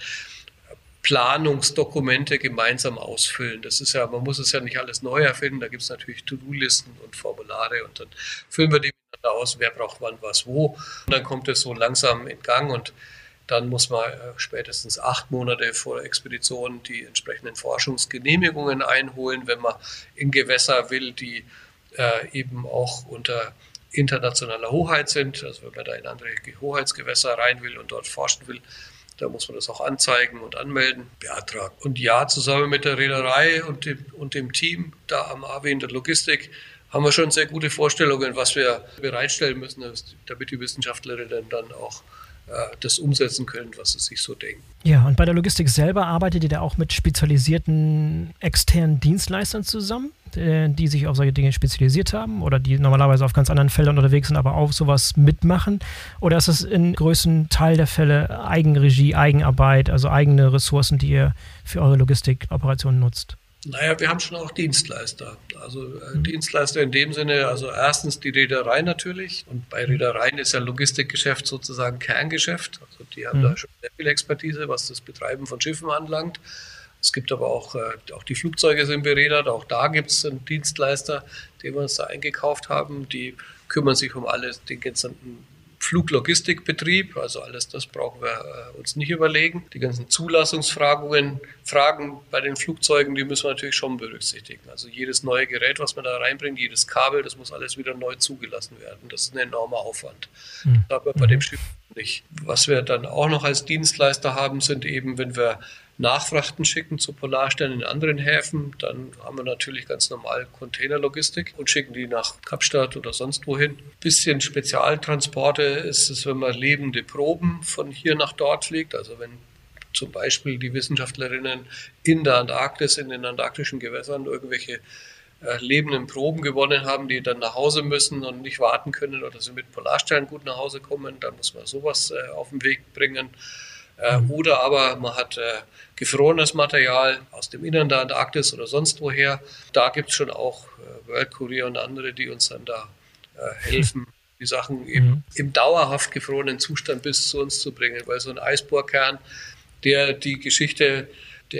Planungsdokumente gemeinsam ausfüllen. Das ist ja, man muss es ja nicht alles neu erfinden, da gibt es natürlich To-Do-Listen und Formulare und dann füllen wir die miteinander aus, wer braucht wann was wo. Und dann kommt es so langsam in Gang und dann muss man äh, spätestens acht Monate vor der Expedition die entsprechenden Forschungsgenehmigungen einholen, wenn man in Gewässer will, die äh, eben auch unter internationaler Hoheit sind. Also wenn man da in andere Hoheitsgewässer rein will und dort forschen will, da muss man das auch anzeigen und anmelden, beantragen. Und ja, zusammen mit der Reederei und dem, und dem Team da am A W I in der Logistik haben wir schon sehr gute Vorstellungen, was wir bereitstellen müssen, damit die Wissenschaftlerinnen dann auch äh, das umsetzen können, was sie sich so denken. Ja, und bei der Logistik selber arbeitet ihr da auch mit spezialisierten externen Dienstleistern zusammen, die sich auf solche Dinge spezialisiert haben oder die normalerweise auf ganz anderen Feldern unterwegs sind, aber auch sowas mitmachen? Oder ist es in größten Teil der Fälle Eigenregie, Eigenarbeit, also eigene Ressourcen, die ihr für eure Logistikoperationen nutzt? Naja, wir haben schon auch Dienstleister. Also äh, mhm. Dienstleister in dem Sinne, also erstens die Reederei natürlich. Und bei Reedereien ist ja Logistikgeschäft sozusagen Kerngeschäft. Also die haben mhm. da schon sehr viel Expertise, was das Betreiben von Schiffen anlangt. Es gibt aber auch, äh, auch die Flugzeuge sind bereedert, auch da gibt es einen Dienstleister, den wir uns da eingekauft haben. Die kümmern sich um alles, den gesamten Fluglogistikbetrieb, also alles das brauchen wir äh, uns nicht überlegen. Die ganzen Zulassungsfragen Fragen bei den Flugzeugen, die müssen wir natürlich schon berücksichtigen. Also jedes neue Gerät, was man da reinbringt, jedes Kabel, das muss alles wieder neu zugelassen werden. Das ist ein enormer Aufwand. Mhm. Das haben wir bei dem Schiff nicht. Was wir dann auch noch als Dienstleister haben, sind eben, wenn wir Nachfrachten schicken zu Polarstern in anderen Häfen, dann haben wir natürlich ganz normal Containerlogistik und schicken die nach Kapstadt oder sonst wohin. Bisschen Spezialtransporte ist es, wenn man lebende Proben von hier nach dort fliegt, also wenn zum Beispiel die Wissenschaftlerinnen in der Antarktis, in den antarktischen Gewässern irgendwelche äh, lebenden Proben gewonnen haben, die dann nach Hause müssen und nicht warten können oder sie mit Polarstern gut nach Hause kommen, dann muss man sowas äh, auf den Weg bringen. Äh, oder aber man hat äh, gefrorenes Material aus dem Innern der Antarktis oder sonst woher. Da gibt es schon auch äh, World Courier und andere, die uns dann da äh, helfen, die Sachen eben mhm. im dauerhaft gefrorenen Zustand bis zu uns zu bringen. Weil so ein Eisbohrkern, der die Geschichte der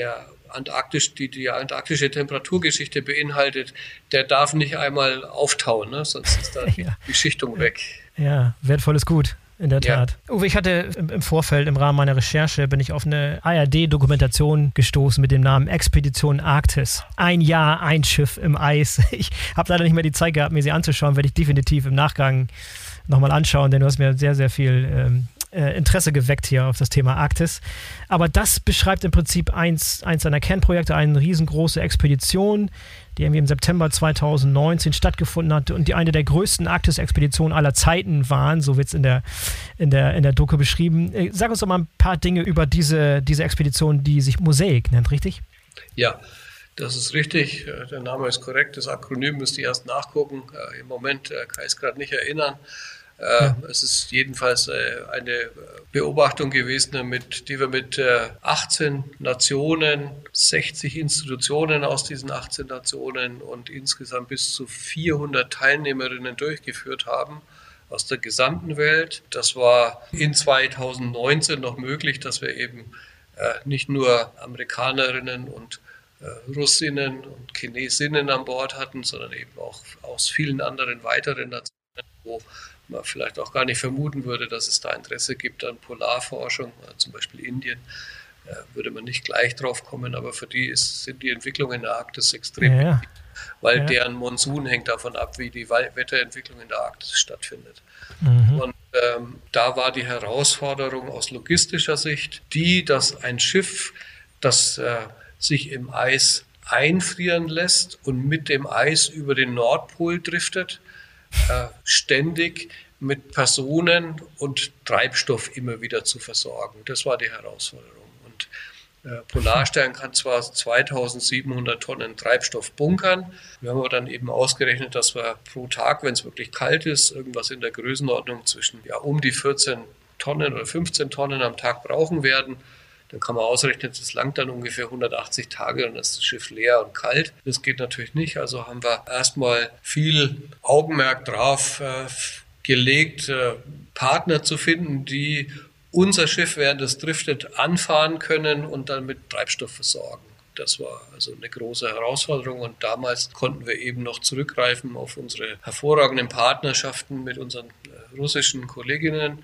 Antarktisch, die die antarktische Temperaturgeschichte beinhaltet, der darf nicht einmal auftauen, ne? Sonst ist da ja. die Schichtung weg. Ja, wertvolles Gut. In der Tat. Ja. Uwe, ich hatte im Vorfeld, im Rahmen meiner Recherche, bin ich auf eine A R D-Dokumentation gestoßen mit dem Namen Expedition Arktis. Ein Jahr, ein Schiff im Eis. Ich habe leider nicht mehr die Zeit gehabt, mir sie anzuschauen, werde ich definitiv im Nachgang nochmal anschauen, denn du hast mir sehr, sehr viel ähm, äh, Interesse geweckt hier auf das Thema Arktis. Aber das beschreibt im Prinzip eins, eins seiner Kernprojekte, eine riesengroße Expedition, die irgendwie im September zweitausendneunzehn stattgefunden hat und die eine der größten Arktis-Expeditionen aller Zeiten waren, so wird es in der, in, der, in der Doku beschrieben. Sag uns doch mal ein paar Dinge über diese, diese Expedition, die sich Mosaic nennt, richtig? Ja, das ist richtig. Der Name ist korrekt. Das Akronym müsst ihr erst nachgucken. Im Moment kann ich es gerade nicht erinnern. Ja. Es ist jedenfalls eine Beobachtung gewesen, mit, die wir mit achtzehn Nationen, sechzig Institutionen aus diesen achtzehn Nationen und insgesamt bis zu vierhundert Teilnehmerinnen durchgeführt haben aus der gesamten Welt. Das war in zweitausendneunzehn noch möglich, dass wir eben nicht nur Amerikanerinnen und Russinnen und Chinesinnen an Bord hatten, sondern eben auch aus vielen anderen weiteren Nationen, wo man vielleicht auch gar nicht vermuten würde, dass es da Interesse gibt an Polarforschung, zum Beispiel Indien, würde man nicht gleich drauf kommen, aber für die ist, sind die Entwicklungen in der Arktis extrem ja, wichtig, weil ja. deren Monsun hängt davon ab, wie die Wetterentwicklung in der Arktis stattfindet. Mhm. Und ähm, da war die Herausforderung aus logistischer Sicht die, dass ein Schiff, das äh, sich im Eis einfrieren lässt und mit dem Eis über den Nordpol driftet, Äh, ständig mit Personen und Treibstoff immer wieder zu versorgen. Das war die Herausforderung. Und äh, Polarstern kann zwar zweitausendsiebenhundert Tonnen Treibstoff bunkern. Wir haben aber dann eben ausgerechnet, dass wir pro Tag, wenn es wirklich kalt ist, irgendwas in der Größenordnung zwischen ja, um die vierzehn Tonnen oder fünfzehn Tonnen am Tag brauchen werden. Dann kann man ausrechnen, das langt dann ungefähr hundertachtzig Tage und dann ist das Schiff leer und kalt. Das geht natürlich nicht. Also haben wir erstmal viel Augenmerk drauf äh, gelegt, äh, Partner zu finden, die unser Schiff, während es driftet, anfahren können und dann mit Treibstoff versorgen. Das war also eine große Herausforderung und damals konnten wir eben noch zurückgreifen auf unsere hervorragenden Partnerschaften mit unseren äh, russischen Kolleginnen.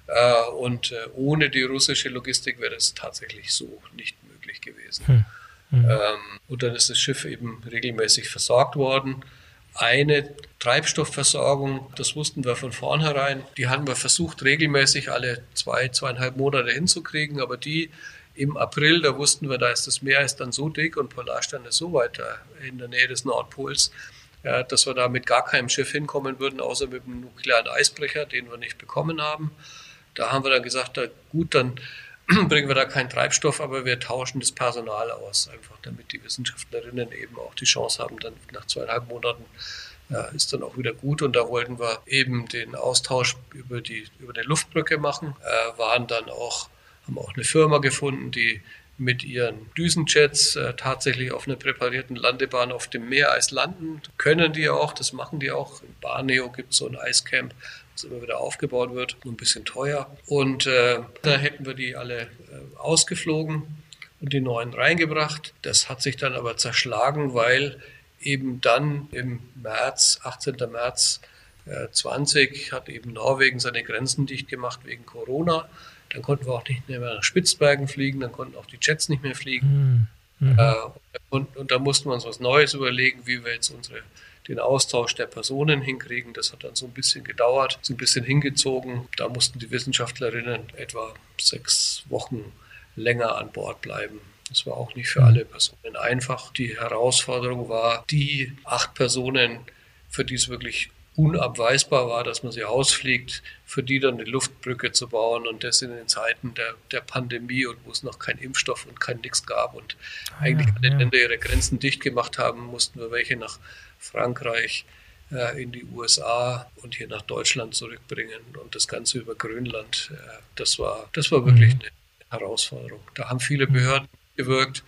Und ohne die russische Logistik wäre das tatsächlich so nicht möglich gewesen. Hm. Hm. Und dann ist das Schiff eben regelmäßig versorgt worden. Eine Treibstoffversorgung, das wussten wir von vornherein, die haben wir versucht regelmäßig alle zwei, zweieinhalb Monate hinzukriegen, aber die im April, da wussten wir, da ist das Meer ist dann so dick und Polarstern ist so weit in der Nähe des Nordpols, dass wir da mit gar keinem Schiff hinkommen würden, außer mit einem nuklearen Eisbrecher, den wir nicht bekommen haben. Da haben wir dann gesagt, na gut, dann bringen wir da keinen Treibstoff, aber wir tauschen das Personal aus, einfach damit die Wissenschaftlerinnen eben auch die Chance haben, dann nach zweieinhalb Monaten ja, ist dann auch wieder gut. Und da wollten wir eben den Austausch über die über eine Luftbrücke machen, äh, waren dann auch, haben auch eine Firma gefunden, die mit ihren Düsenjets äh, tatsächlich auf einer präparierten Landebahn auf dem Meereis landen. Können die auch, das machen die auch. In Borneo gibt es so ein Eiscamp, das immer wieder aufgebaut wird, nur ein bisschen teuer. Und äh, da hätten wir die alle äh, ausgeflogen und die neuen reingebracht. Das hat sich dann aber zerschlagen, weil eben dann im März, achtzehnten März äh, zwanzig, hat eben Norwegen seine Grenzen dicht gemacht wegen Corona. Dann konnten wir auch nicht mehr nach Spitzbergen fliegen, dann konnten auch die Jets nicht mehr fliegen. Mhm. Äh, und, und da mussten wir uns was Neues überlegen, wie wir jetzt unsere den Austausch der Personen hinkriegen. Das hat dann so ein bisschen gedauert, so ein bisschen hingezogen. Da mussten die Wissenschaftlerinnen etwa sechs Wochen länger an Bord bleiben. Das war auch nicht für alle Personen einfach. Die Herausforderung war, die acht Personen, für die es wirklich unabweisbar war, dass man sie ausfliegt, für die dann eine Luftbrücke zu bauen und das in den Zeiten der, der Pandemie und wo es noch keinen Impfstoff und kein Nix gab und ah, eigentlich alle ja. Länder ihre Grenzen dicht gemacht haben, mussten wir welche nach Frankreich, äh, in die U S A und hier nach Deutschland zurückbringen und das Ganze über Grönland. Äh, das war, das war wirklich mhm. eine Herausforderung. Da haben viele Behörden gewirkt,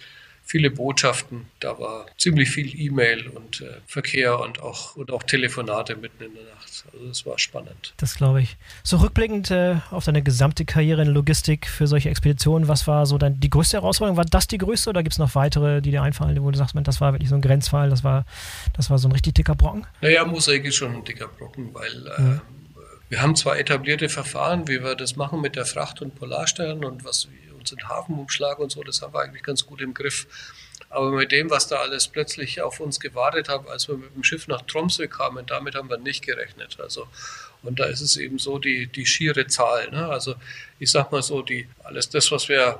viele Botschaften. Da war ziemlich viel E-Mail und äh, Verkehr und auch, und auch Telefonate mitten in der Nacht. Also es war spannend. Das glaube ich. So rückblickend äh, auf deine gesamte Karriere in Logistik für solche Expeditionen, was war so dann die größte Herausforderung? War das die größte oder gibt es noch weitere, die dir einfallen, wo du sagst, das war wirklich so ein Grenzfall, das war, das war so ein richtig dicker Brocken? Naja, Mosaik ist schon ein dicker Brocken, weil äh, mhm. wir haben zwar etablierte Verfahren, wie wir das machen mit der Fracht- und Polarstern und was wir uns in Hafenumschlag und so, das haben wir eigentlich ganz gut im Griff. Aber mit dem, was da alles plötzlich auf uns gewartet hat, als wir mit dem Schiff nach Tromsø kamen, damit haben wir nicht gerechnet. Also, und da ist es eben so die, die schiere Zahl. Ne? Also ich sag mal so, die, alles das, was wir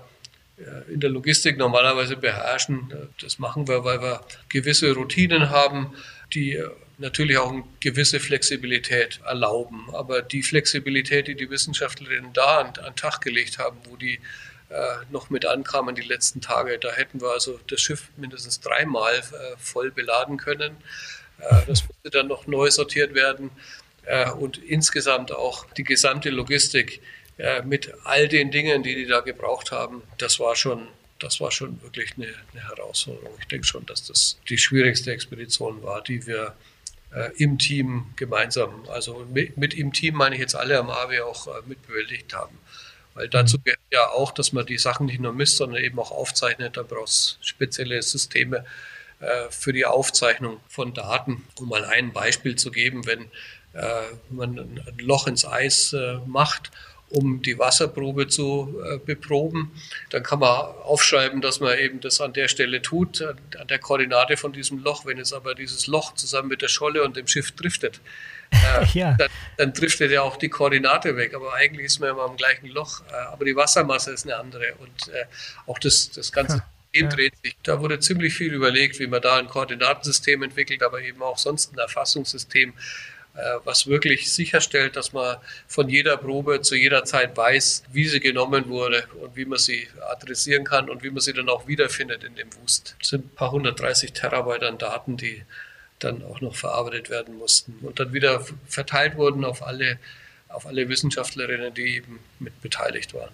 in der Logistik normalerweise beherrschen, das machen wir, weil wir gewisse Routinen haben, die natürlich auch eine gewisse Flexibilität erlauben. Aber die Flexibilität, die die Wissenschaftlerinnen da an, an den Tag gelegt haben, wo die äh, noch mit ankamen die letzten Tage, da hätten wir also das Schiff mindestens dreimal äh, voll beladen können. Äh, das musste dann noch neu sortiert werden. Äh, und insgesamt auch die gesamte Logistik äh, mit all den Dingen, die die da gebraucht haben, das war schon Das war schon wirklich eine, eine Herausforderung. Ich denke schon, dass das die schwierigste Expedition war, die wir äh, im Team gemeinsam, also mit, mit im Team meine ich jetzt alle am A W auch äh, mitbewältigt haben. Weil dazu gehört ja auch, dass man die Sachen nicht nur misst, sondern eben auch aufzeichnet. Da braucht es spezielle Systeme äh, für die Aufzeichnung von Daten. Um mal ein Beispiel zu geben, wenn äh, man ein Loch ins Eis äh, macht, um die Wasserprobe zu äh, beproben. Dann kann man aufschreiben, dass man eben das an der Stelle tut, an, an der Koordinate von diesem Loch. Wenn jetzt aber dieses Loch zusammen mit der Scholle und dem Schiff driftet, äh, ja. dann, dann driftet ja auch die Koordinate weg. Aber eigentlich ist man immer am gleichen Loch. Äh, aber die Wassermasse ist eine andere. Und äh, auch das, das ganze ja. System ja. dreht sich. Da wurde ziemlich viel überlegt, wie man da ein Koordinatensystem entwickelt, aber eben auch sonst ein Erfassungssystem, was wirklich sicherstellt, dass man von jeder Probe zu jeder Zeit weiß, wie sie genommen wurde und wie man sie adressieren kann und wie man sie dann auch wiederfindet in dem Wust. Das sind ein paar hundertdreißig Terabyte an Daten, die dann auch noch verarbeitet werden mussten und dann wieder verteilt wurden auf alle, auf alle Wissenschaftlerinnen, die eben mit beteiligt waren.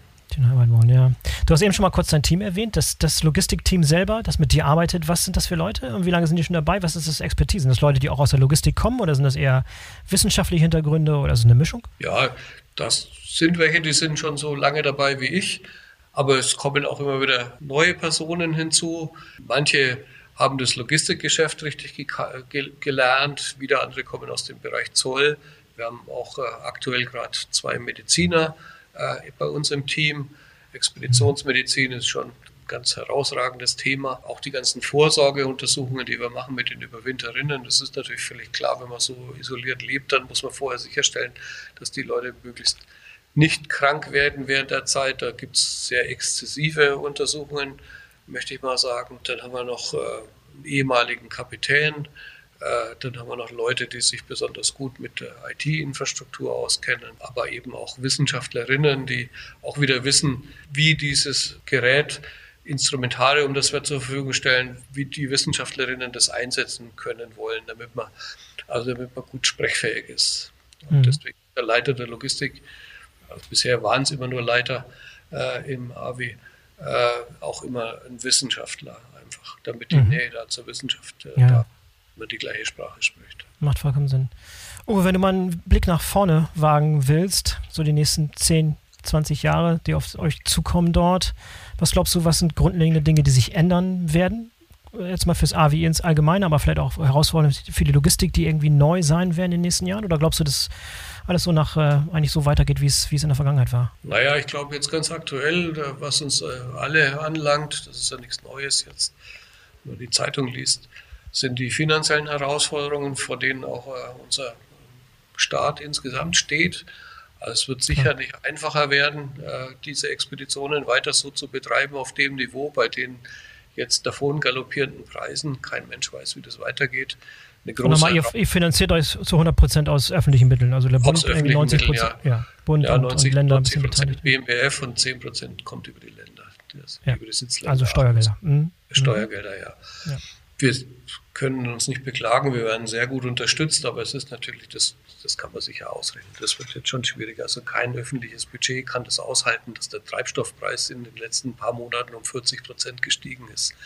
Ja. Du hast eben schon mal kurz dein Team erwähnt, das, das Logistikteam selber, das mit dir arbeitet. Was sind das für Leute und wie lange sind die schon dabei? Was ist das Expertise? Sind das Leute, die auch aus der Logistik kommen oder sind das eher wissenschaftliche Hintergründe oder ist es eine Mischung? Ja, das sind welche, die sind schon so lange dabei wie ich, aber es kommen auch immer wieder neue Personen hinzu. Manche haben das Logistikgeschäft richtig ge- ge- gelernt, wieder andere kommen aus dem Bereich Zoll. Wir haben auch äh, aktuell gerade zwei Mediziner bei uns im Team. Expeditionsmedizin ist schon ein ganz herausragendes Thema. Auch die ganzen Vorsorgeuntersuchungen, die wir machen mit den Überwinterinnen, das ist natürlich völlig klar, wenn man so isoliert lebt, dann muss man vorher sicherstellen, dass die Leute möglichst nicht krank werden während der Zeit. Da gibt es sehr exzessive Untersuchungen, möchte ich mal sagen. Dann haben wir noch äh, einen ehemaligen Kapitän. Dann haben wir noch Leute, die sich besonders gut mit der I T-Infrastruktur auskennen, aber eben auch Wissenschaftlerinnen, die auch wieder wissen, wie dieses Gerät, Instrumentarium, das wir zur Verfügung stellen, wie die Wissenschaftlerinnen das einsetzen können wollen, damit man, also damit man gut sprechfähig ist. Und mhm. deswegen der Leiter der Logistik, also bisher waren es immer nur Leiter äh, im A W, äh, auch immer ein Wissenschaftler einfach, damit die mhm. Nähe da zur Wissenschaft äh, ja. da man die gleiche Sprache spricht. Macht vollkommen Sinn. Uwe, wenn du mal einen Blick nach vorne wagen willst, so die nächsten zehn, zwanzig Jahre, die auf euch zukommen dort, was glaubst du, was sind grundlegende Dinge, die sich ändern werden? Jetzt mal fürs A W I ins Allgemeine, aber vielleicht auch Herausforderungen für die Logistik, die irgendwie neu sein werden in den nächsten Jahren? Oder glaubst du, dass alles so nach äh, eigentlich so weitergeht, wie es wie es in der Vergangenheit war? Naja, ich glaube jetzt ganz aktuell, was uns äh, alle anlangt, das ist ja nichts Neues jetzt, wenn man die Zeitung liest, sind die finanziellen Herausforderungen, vor denen auch äh, unser Staat insgesamt steht. Also es wird sicher nicht einfacher werden, äh, diese Expeditionen weiter so zu betreiben auf dem Niveau, bei den jetzt davon galoppierenden Preisen. Kein Mensch weiß, wie das weitergeht. Eine große nochmal, ihr, ihr finanziert euch zu hundert Prozent aus öffentlichen Mitteln, also der Bund irgendwie neunzig Prozent, ja. ja, Bund ja, und, neunzig, und Länder ein bisschen beteiligt. B M W F und zehn Prozent kommt über die Länder, das, ja. über die Sitzländer. Also Steuergelder. Mhm. Steuergelder, ja. ja. Wir können uns nicht beklagen, wir werden sehr gut unterstützt, aber es ist natürlich, das, das kann man sicher ausrechnen. Das wird jetzt schon schwierig. Also kein öffentliches Budget kann das aushalten, dass der Treibstoffpreis in den letzten paar Monaten um vierzig Prozent gestiegen ist.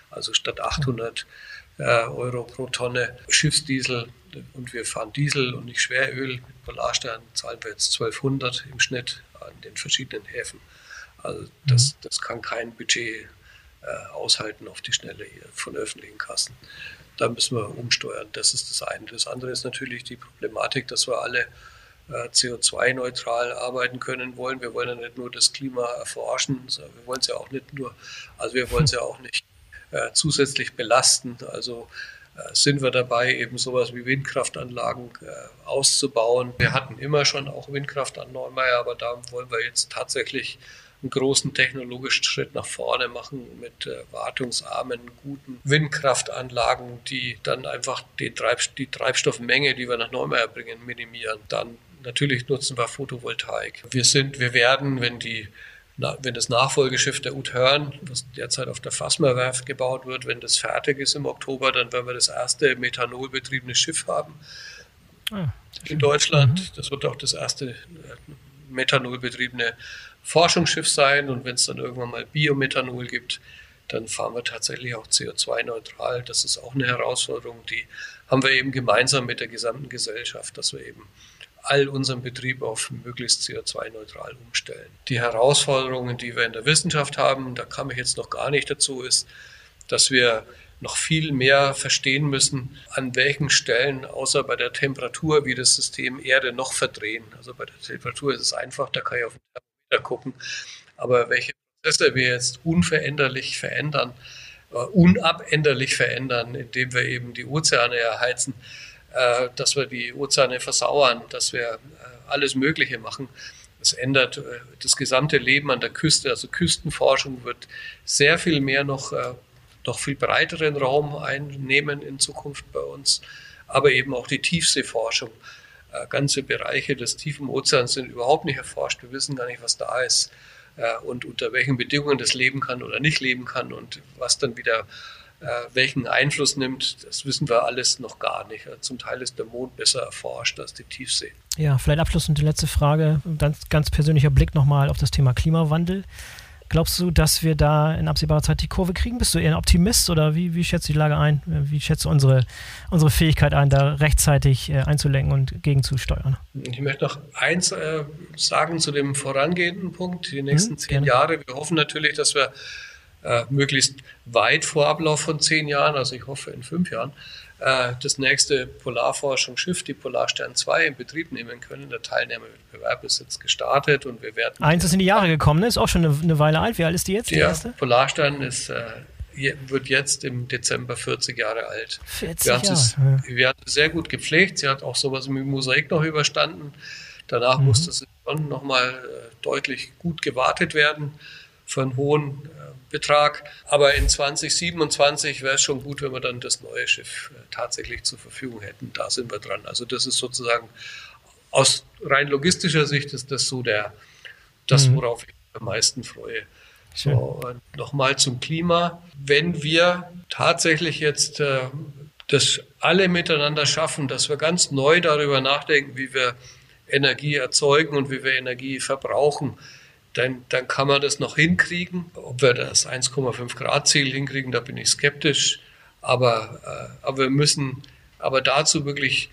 Also statt achthundert äh, Euro pro Tonne Schiffsdiesel und wir fahren Diesel und nicht Schweröl mit Polarstern, zahlen wir jetzt zwölfhundert im Schnitt an den verschiedenen Häfen. Also das, mhm. das kann kein Budget äh, aushalten auf die Schnelle hier von öffentlichen Kassen. Da müssen wir umsteuern. Das ist das eine. Das andere ist natürlich die Problematik, dass wir alle äh, C O zwei neutral arbeiten können wollen. Wir wollen ja nicht nur das Klima erforschen, sondern wir wollen es ja auch nicht nur, also wir wollen es ja auch nicht äh, zusätzlich belasten. Also äh, sind wir dabei, eben sowas wie Windkraftanlagen äh, auszubauen. Wir hatten immer schon auch Windkraft an Neumeier, aber da wollen wir jetzt tatsächlich einen großen technologischen Schritt nach vorne machen mit äh, wartungsarmen, guten Windkraftanlagen, die dann einfach die, Treib die Treibstoffmenge, die wir nach Neumeier bringen, minimieren. Dann natürlich nutzen wir Photovoltaik. Wir sind, wir werden, wenn die Na, wenn das Nachfolgeschiff der Uthörn, das derzeit auf der Fassmerwerft gebaut wird, wenn das fertig ist im Oktober, dann werden wir das erste methanolbetriebene Schiff haben ah, in Deutschland. Mhm. Das wird auch das erste methanolbetriebene Forschungsschiff sein. Und wenn es dann irgendwann mal Biomethanol gibt, dann fahren wir tatsächlich auch C O zwei neutral. Das ist auch eine Herausforderung, die haben wir eben gemeinsam mit der gesamten Gesellschaft, dass wir eben all unseren Betrieb auf möglichst C O zwei neutral umstellen. Die Herausforderungen, die wir in der Wissenschaft haben, da kam ich jetzt noch gar nicht dazu, ist, dass wir noch viel mehr verstehen müssen, an welchen Stellen, außer bei der Temperatur, wie das System Erde noch verdrehen. Also bei der Temperatur ist es einfach, da kann ich auf den Thermometer gucken. Aber welche Prozesse wir jetzt unveränderlich verändern, äh, unabänderlich verändern, indem wir eben die Ozeane erheizen, dass wir die Ozeane versauern, dass wir alles Mögliche machen. Das ändert das gesamte Leben an der Küste. Also Küstenforschung wird sehr viel mehr noch, noch viel breiteren Raum einnehmen in Zukunft bei uns. Aber eben auch die Tiefseeforschung. Ganze Bereiche des tiefen Ozeans sind überhaupt nicht erforscht. Wir wissen gar nicht, was da ist und unter welchen Bedingungen das leben kann oder nicht leben kann und was dann wieder welchen Einfluss nimmt, das wissen wir alles noch gar nicht. Zum Teil ist der Mond besser erforscht als die Tiefsee. Ja, vielleicht abschließend die letzte Frage, ganz, ganz persönlicher Blick nochmal auf das Thema Klimawandel. Glaubst du, dass wir da in absehbarer Zeit die Kurve kriegen? Bist du eher ein Optimist oder wie, wie schätzt du die Lage ein? Wie schätzt du unsere, unsere Fähigkeit ein, da rechtzeitig äh, einzulenken und gegenzusteuern? Ich möchte noch eins äh, sagen zu dem vorangehenden Punkt, die nächsten hm, zehn gerne. Jahre. Wir hoffen natürlich, dass wir Äh, möglichst weit vor Ablauf von zehn Jahren, also ich hoffe in fünf Jahren, äh, das nächste Polarforschungsschiff, die Polarstern zwei, in Betrieb nehmen können. Der Teilnehmerwettbewerb ist jetzt gestartet und wir werden... Eins ist in die Jahre gekommen, ne? Ist auch schon eine, eine Weile alt. Wie alt ist die jetzt? Die der erste? Polarstern ist, äh, wird jetzt im Dezember vierzig Jahre alt. vierzig wir haben Jahre? Es, wir haben sie sehr gut gepflegt. Sie hat auch sowas wie Mosaik noch überstanden. Danach mhm. musste sie schon nochmal äh, deutlich gut gewartet werden für einen hohen äh, Betrag. Aber in zwanzig siebenundzwanzig wäre es schon gut, wenn wir dann das neue Schiff äh, tatsächlich zur Verfügung hätten. Da sind wir dran. Also das ist sozusagen aus rein logistischer Sicht ist das so der, das, worauf ich mich am meisten freue. So, nochmal zum Klima. Wenn wir tatsächlich jetzt äh, das alle miteinander schaffen, dass wir ganz neu darüber nachdenken, wie wir Energie erzeugen und wie wir Energie verbrauchen, Dann, dann kann man das noch hinkriegen. Ob wir das eins Komma fünf Grad Ziel hinkriegen, da bin ich skeptisch. Aber, äh, aber wir müssen aber dazu wirklich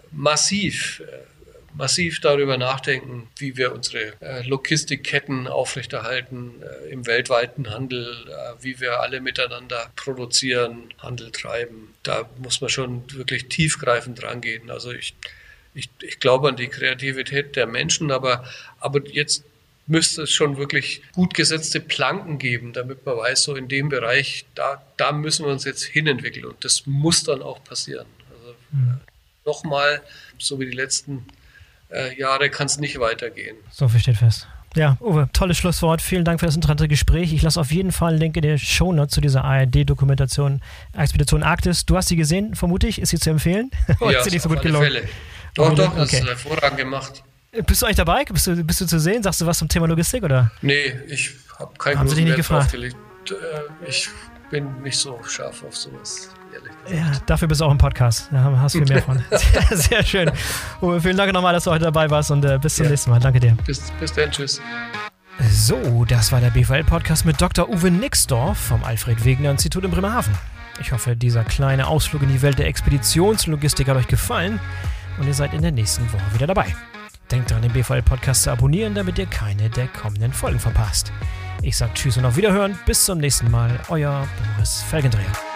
massiv, äh, massiv darüber nachdenken, wie wir unsere äh, Logistikketten aufrechterhalten äh, im weltweiten Handel, äh, wie wir alle miteinander produzieren, Handel treiben. Da muss man schon wirklich tiefgreifend rangehen. Also ich, ich, ich glaube an die Kreativität der Menschen, aber, aber jetzt müsste es schon wirklich gut gesetzte Planken geben, damit man weiß, so in dem Bereich, da, da müssen wir uns jetzt hinentwickeln und das muss dann auch passieren. Also mhm. nochmal, so wie die letzten äh, Jahre kann es nicht weitergehen. So viel steht fest. Ja, Uwe, tolles Schlusswort. Vielen Dank für das interessante Gespräch. Ich lasse auf jeden Fall einen Link in der Shownotes zu dieser A R D-Dokumentation Expedition Arktis. Du hast sie gesehen, vermute ich. Ist sie zu empfehlen? Oder ja, ist sie nicht so auf gut alle gelungen? Fälle. Doch, doch, das okay. ist hervorragend gemacht. Bist du eigentlich dabei? Bist du, bist du zu sehen? Sagst du was zum Thema Logistik, oder? Nee, ich habe keinen Haben Sie dich nicht gefragt? Aufgelegt. Ich bin nicht so scharf auf sowas, ehrlich gesagt. Ja, dafür bist du auch im Podcast. Da hast du viel mehr von. Sehr, sehr schön. Uwe, vielen Dank nochmal, dass du heute dabei warst und äh, bis zum ja. nächsten Mal. Danke dir. Bis, bis dann, tschüss. So, das war der B V L-Podcast mit Doktor Uwe Nixdorf vom Alfred-Wegener-Institut in Bremerhaven. Ich hoffe, dieser kleine Ausflug in die Welt der Expeditionslogistik hat euch gefallen und ihr seid in der nächsten Woche wieder dabei. Denkt daran, den B V L-Podcast zu abonnieren, damit ihr keine der kommenden Folgen verpasst. Ich sage Tschüss und auf Wiederhören. Bis zum nächsten Mal. Euer Boris Felgendreher.